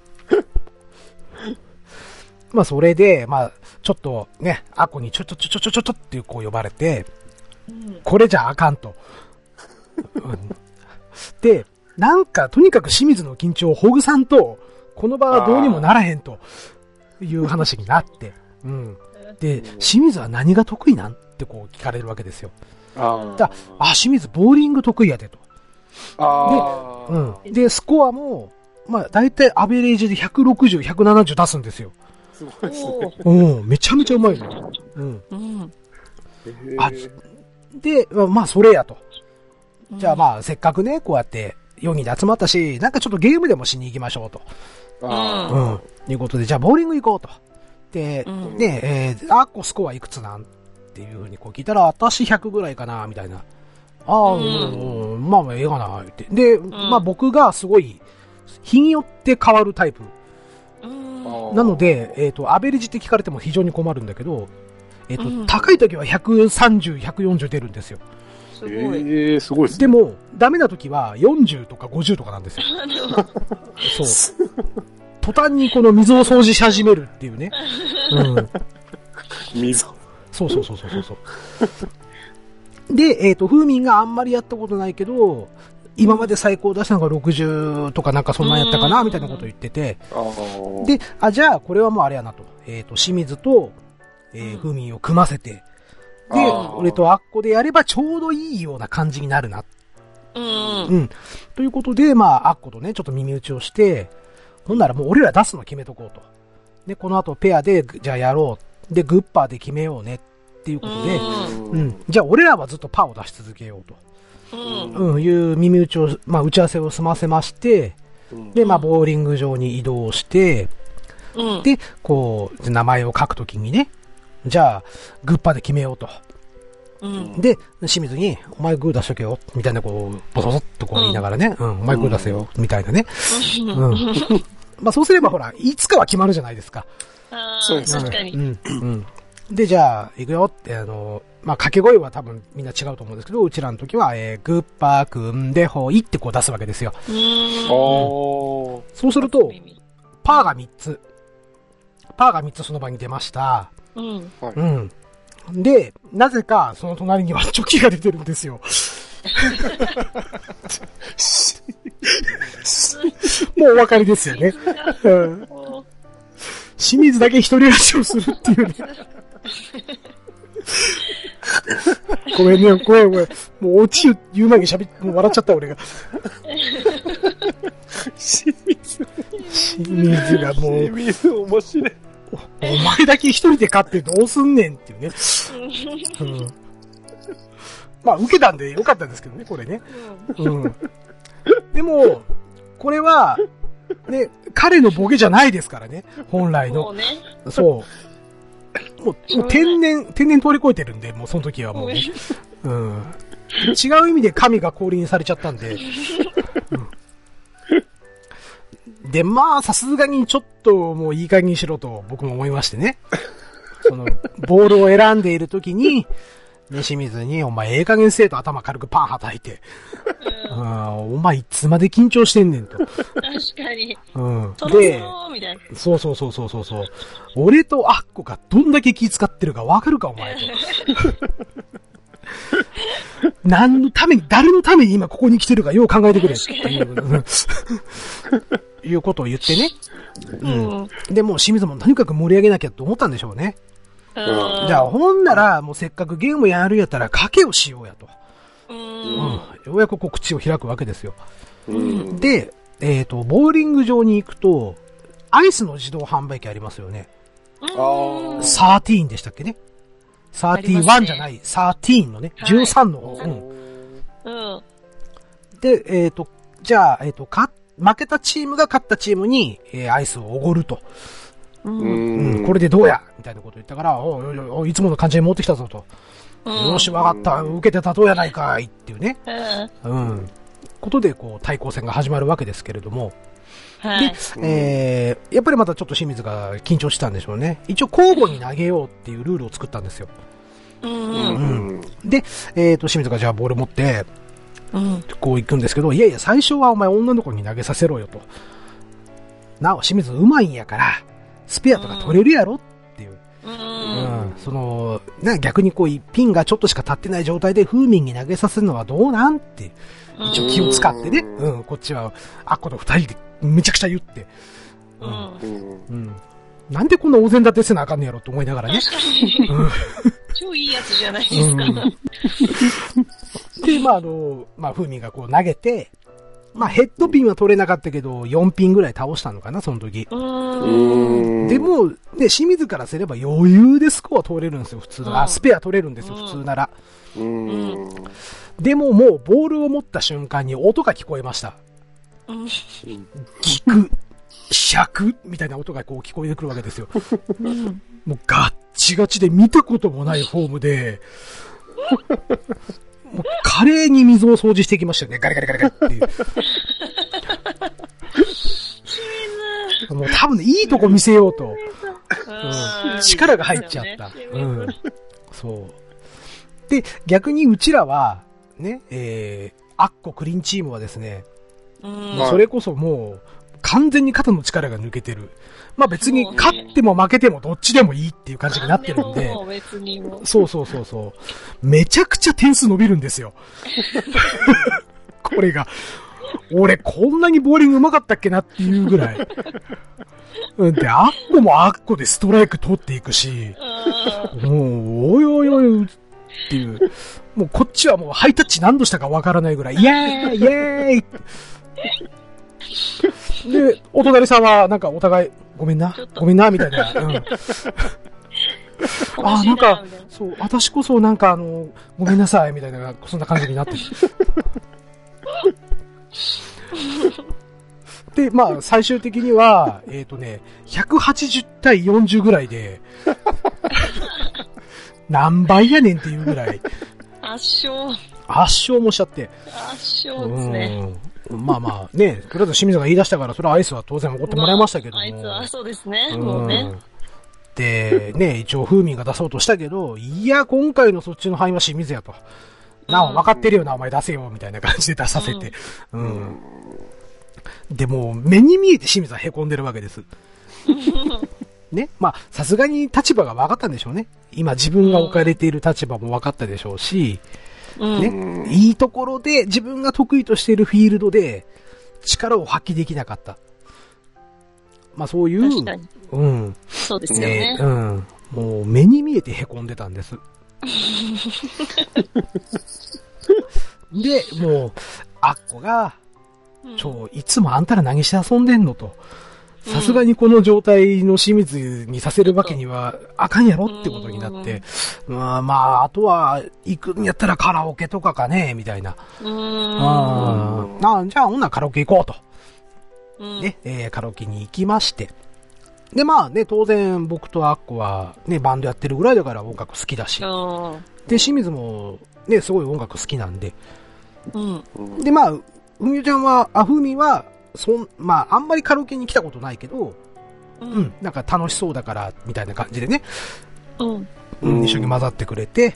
Speaker 1: まあそれで、まあ、ちょっとね、アコにちょってこう呼ばれて、これじゃあかんと。で、なんかとにかく清水の緊張をほぐさんと、この場はどうにもならへんという話になって、うん。で、清水は何が得意なんってこう聞かれるわけですよ。清水ボーリング得意やでと。で、で、スコアも、まあ、だいたいアベレージで160、170出すんですよ。
Speaker 2: すごいですね。
Speaker 1: うん、めちゃめちゃうまいの。うん。で、まあ、それやと。じゃあまあ、せっかくね、こうやって4人で集まったし、なんかちょっとゲームでもしに行きましょうと。いうことで、じゃあボーリング行こうと。で、ね、アッコスコアいくつなんっていう風にこう聞いたら、私100ぐらいかな、みたいな。まあまあ、ええかな、言って。で、まあ僕がすごい、日によって変わるタイプ。なので、アベレージって聞かれても非常に困るんだけど、高い時は130、140出るんですよ。
Speaker 3: すごい。
Speaker 2: すごいですね。
Speaker 1: でも、ダメな時は40とか50とかなんですよ。そう。途端にこの溝を掃除し始めるっていうね。
Speaker 2: 溝。
Speaker 1: そう。で、フーミンがあんまりやったことないけど、今まで最高出したのが60とかなんかそんなんやったかなみたいなことを言ってて。で、じゃあこれはもうあれやなと。清水と、フーミンを組ませて、で、俺とアッコでやればちょうどいいような感じになるな。ということで、まあ、アッコとね、ちょっと耳打ちをして、ほんならもう俺ら出すの決めとこうと。で、この後ペアで、じゃあやろう。で、グッパーで決めようね。っていうことで、じゃあ俺らはずっとパーを出し続けようと。いう耳打ちを、まあ、打ち合わせを済ませまして、で、まあ、ボーリング場に移動して、で、こう、名前を書くときにね、じゃあ、グッパーで決めようと。で、清水に、お前グー出しとけよ、みたいな、こう、ボソボソっとこう言いながらね、お前グー出せよ、みたいなね。まあそうすればほら、いつかは決まるじゃないですか。
Speaker 2: そうですね。
Speaker 3: 確かに。
Speaker 1: で、じゃあ、行くよって、まあ掛け声は多分みんな違うと思うんですけど、うちらの時は、グッパー組んでほいってこう出すわけですよ。そうすると、パーが3つ。パーが3つその場に出ました。で、なぜか、その隣にはチョキが出てるんですよ。もうお分かりですよね。清水だけ一人勝ちをするっていうね。ごめんね、ごめん。もうオチ言う前にもう笑っちゃった俺が。清水がもう。
Speaker 2: 清水面白い。
Speaker 1: お前だけ一人で勝ってどうすんねんっていうね。まあ、受けたんでよかったんですけどね、これね。でも、これは、ね、彼のボケじゃないですからね、本来の。
Speaker 3: そうね。
Speaker 1: そもう天然通り越えてるんで、もうその時はもうね。うん。違う意味で神が降臨されちゃったんで。うん、で、まあ、さすがにちょっともういい加減にしろと僕も思いましてね。その、ボールを選んでいる時に、ね、清水に、お前、ええ加減せえと頭軽くパン叩いて。お前、いつまで緊張してんねんと。
Speaker 3: 確かに。
Speaker 1: うん。
Speaker 3: で、
Speaker 1: そう。俺とアッコがどんだけ気使ってるかわかるか、お前と。何のために、誰のために今ここに来てるかよう考えてくれっていう、いうことを言ってね。うん。で、もう清水もとにかく盛り上げなきゃと思ったんでしょうね。じゃあ、ほんなら、もうせっかくゲームやるんやったら賭けをしようやと。ようやくこう口を開くわけですよ。で、ボーリング場に行くと、アイスの自動販売機ありますよね。13でしたっけね。31じゃない、13のね、13の方。で、じゃあ、負けたチームが勝ったチームに、アイスをおごると。これでどうやみたいなこと言ったから、いつもの感じで持ってきたぞと。よし、わかった。受けてたどうやないかいっていうね。ことで、こう、対抗戦が始まるわけですけれども。で、やっぱりまたちょっと清水が緊張したんでしょうね。一応交互に投げようっていうルールを作ったんですよ。で、清水がじゃあボール持って、こう行くんですけど、いやいや、最初はお前女の子に投げさせろよと。なお、清水上手いんやから、スペアとか取れるやろっていう。その、逆にこう、ピンがちょっとしか立ってない状態で風味に投げさせるのはどうなんって、一応気を使ってね。こっちは、アッコと二人でめちゃくちゃ言って。なんでこんなお膳立てせなあかんねやろと思いながらね。
Speaker 3: 超いいやつじゃないですか。
Speaker 1: で、風味がこう投げて、ヘッドピンは取れなかったけど、4ピンぐらい倒したのかな、その時。でも、ね、清水からすれば余裕でスコア取れるんですよ、普通なら。スペア取れるんですよ、普通なら。でももう、ボールを持った瞬間に音が聞こえました。ギク、シャクみたいな音がこう聞こえてくるわけですよ。もうガッチガチで見たこともないフォームで、もう華麗に水を掃除してきましたよね。ガリガリガリガリっていう。もう多分ね、いいとこ見せようと。力が入っちゃった。そう。で、逆にうちらは、ね、アッコクリンチームはですね、それこそもう、完全に肩の力が抜けてる。別に勝っても負けてもどっちでもいいっていう感じになってるんで。そう。めちゃくちゃ点数伸びるんですよ。これが。俺こんなにボーリング上手かったっけなっていうぐらい。で、アッコもアッコでストライク取っていくし、もう、おいおいおいっていう。もうこっちはもうハイタッチ何度したかわからないぐらい、イエーイイエーイで、お隣さんは、なんかお互い、ごめんな、みたいな。そう、私こそなんかごめんなさい、みたいな、そんな感じになってる。で、最終的には、180対40ぐらいで、何倍やねんっていうぐらい。
Speaker 3: 圧
Speaker 1: 勝もしちゃって。
Speaker 3: 圧勝ですね。
Speaker 1: ね、とりあえず清水が言い出したから、それはアイスは当然怒ってもらいましたけども。
Speaker 3: アイスはそうですね、もうね。
Speaker 1: で、ね、一応風味が出そうとしたけど、いや、今回のそっちの範囲は清水やと。なお、分かってるよな、お前出せよ、みたいな感じで出させて。で、もう、目に見えて清水は凹んでるわけです。ね、さすがに立場が分かったんでしょうね。今自分が置かれている立場も分かったでしょうし、ね、いいところで自分が得意としているフィールドで力を発揮できなかった。そういう、
Speaker 3: そうですよね。
Speaker 1: もう目に見えて凹んでたんです。で、もう、アッコが、いつもあんたら何して遊んでんのと。さすがにこの状態の清水にさせるわけにはあかんやろってことになって、あとは行くんやったらカラオケとかかね、みたいな。じゃあ、ほんならカラオケ行こうと。ね、カラオケに行きまして。 で、まあね、当然僕とアッコはね、バンドやってるぐらいだから音楽好きだし。で、清水もね、すごい音楽好きなんで。で、まあ、ふみおちゃんは、ふみは、まあ、あんまりカラオケに来たことないけど、なんか楽しそうだから、みたいな感じでね。一緒に混ざってくれて。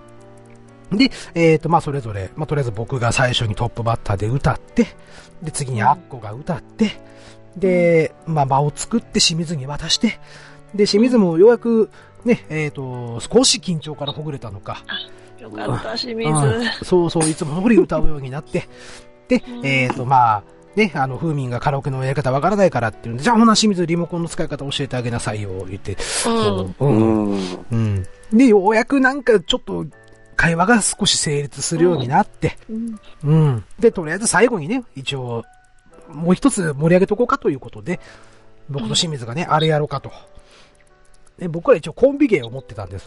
Speaker 1: で、まあ、それぞれ、まあ、とりあえず僕が最初にトップバッターで歌って、で、次にアッコが歌って、で、まあ、場を作って清水に渡して、で、清水もようやく、ね、少し緊張からほぐれたのか。
Speaker 3: よかった、清水。
Speaker 1: そうそう、いつも通り歌うようになって、で、まあ、ね、風民がカラオケのやり方わからないからっていうんで、じゃあほな清水リモコンの使い方教えてあげなさいよ、言って。で、ようやくなんかちょっと会話が少し成立するようになって、で、とりあえず最後にね、一応、もう一つ盛り上げとこうかということで、僕と清水がね、あれやろうかと。で、僕は一応コンビ芸を持ってたんです。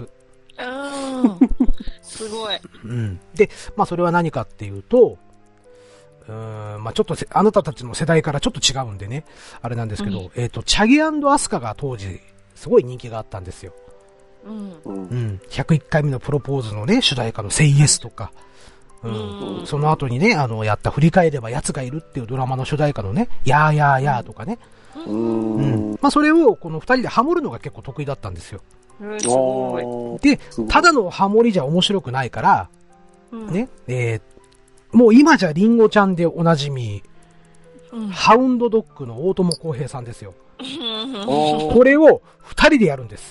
Speaker 3: すごい。
Speaker 1: で、まあそれは何かっていうと、まあちょっとあなたたちの世代からちょっと違うんでね、あれなんですけど、チャゲ&アスカが当時、すごい人気があったんですよ。101回目のプロポーズのね、主題歌のSay Yesとか、その後にね、やった振り返れば奴がいるっていうドラマの主題歌のね、やーやーやーとかね。まあそれをこの二人でハモるのが結構得意だったんですよ。
Speaker 3: すご
Speaker 1: い。で、ただのハモリじゃ面白くないから、ね、もう今じゃリンゴちゃんでおなじみ、ハウンドドッグの大友康平さんですよ。これを二人でやるんです。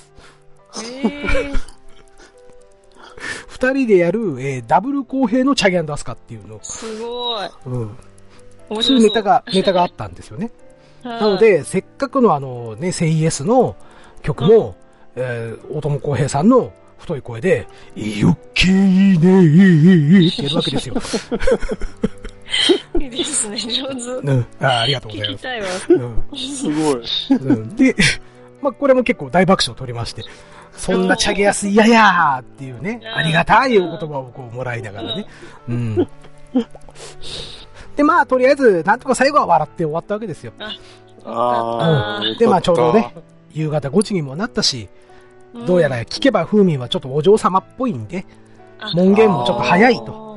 Speaker 1: 二人でやる、ダブル公平のチャゲ&アスカっていうの。
Speaker 3: すごい。
Speaker 1: そういうネタがあったんですよね。なので、せっかくのね、セイエスの曲も、大友康平さんの太い声で、余計ねーってやるわけですよ。
Speaker 3: いいですね、上手。
Speaker 1: ありがとうございます。
Speaker 3: 聞きたいわ。
Speaker 2: すごい。
Speaker 1: で、まあ、これも結構大爆笑を取りまして、そんなチャゲやす嫌やーっていうね、ありがたいお言葉をこうもらいながらね。で、まあ、とりあえず、なんとか最後は笑って終わったわけですよ。で、まあ、ちょうどね、夕方5時にもなったし、どうやら聞けば風味はちょっとお嬢様っぽいんで、門限もちょっと早いと。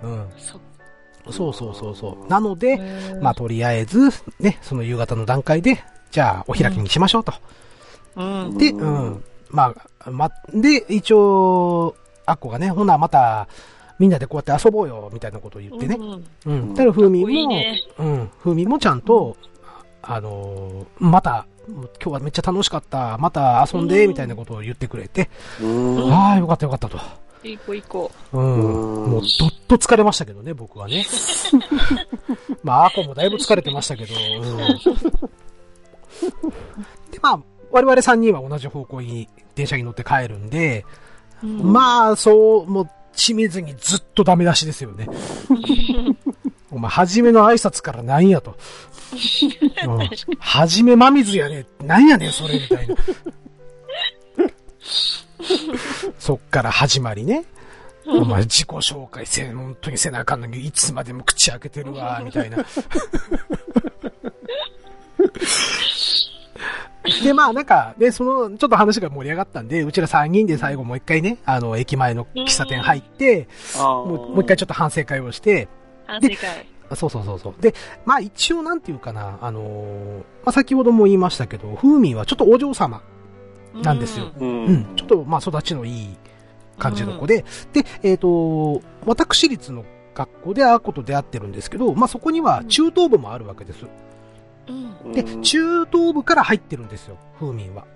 Speaker 1: そう。なので、まあ、とりあえず、ね、その夕方の段階で、じゃあ、お開きにしましょうと。で、で、一応、アッコがね、ほな、また、みんなでこうやって遊ぼうよ、みたいなことを言ってね。ただ、風味も、風味もちゃんと、また、今日はめっちゃ楽しかった、また遊んで、みたいなことを言ってくれて、ああ、よかったよかったと。
Speaker 3: 行こう。
Speaker 1: もう、どっと疲れましたけどね、僕はね。まあ、アッコもだいぶ疲れてましたけど、で、まあ、我々3人は同じ方向に電車に乗って帰るんで、まあ、もう、清水にずっとダメ出しですよね。お前、はじめの挨拶からなんやと。はじめまみずやね。なんやねん、それ、みたいな。そっから始まりね。お前、自己紹介本当にせなあかんのに、いつまでも口開けてるわ、みたいな。で、まあなんか、で、ちょっと話が盛り上がったんで、うちら3人で最後もう一回ね、駅前の喫茶店入って、もう一回ちょっと反省会をして、
Speaker 3: 反省会。
Speaker 1: そう。で、まあ一応なんていうかな、まあ先ほども言いましたけど、風味はちょっとお嬢様なんですよ。ちょっとまあ育ちのいい感じの子で、で、私立の学校でアーコと出会ってるんですけど、まあそこには中等部もあるわけです。で、中等部から入ってるんですよ、風民は。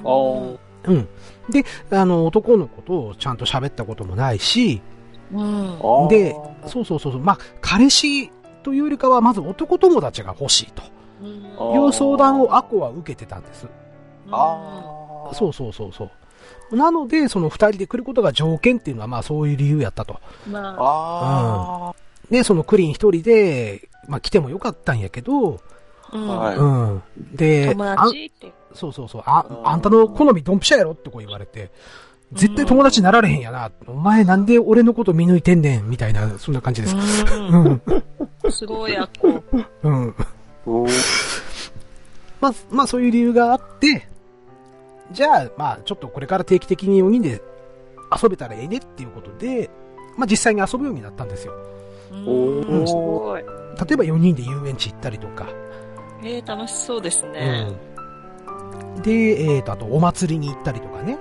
Speaker 1: で、男の子とちゃんと喋ったこともないし、で、そう。まあ、彼氏というよりかは、まず男友達が欲しいと。いう相談をアコは受けてたんです。そう。なので、その二人で来ることが条件っていうのは、まあそういう理由やったと。で、そのクリーン一人で、まあ来てもよかったんやけど、で、
Speaker 3: 友達って。
Speaker 1: そう。あんたの好みドンピシャやろってこう言われて、絶対友達になられへんやな。お前なんで俺のこと見抜いてんねんみたいな、そんな感じです。
Speaker 3: すごい、あっこ。
Speaker 1: まあそういう理由があって、じゃあ、まあちょっとこれから定期的に4人で遊べたらええねっていうことで、まあ実際に遊ぶようになったんですよ。
Speaker 3: すごい。
Speaker 1: 例えば4人で遊園地行ったりとか。
Speaker 3: 楽しそうですね。
Speaker 1: で、あとお祭りに行ったりとかね。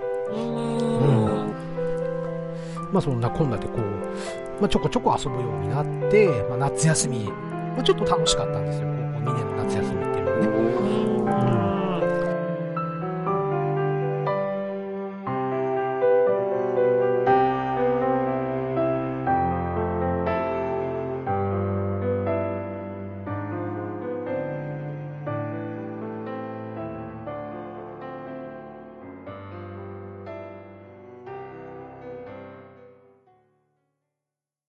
Speaker 1: まあそんなこんなでこう、まあちょこちょこ遊ぶようになって、まあ夏休み、まあちょっと楽しかったんですよ。高校2年の夏休みっていうのはね。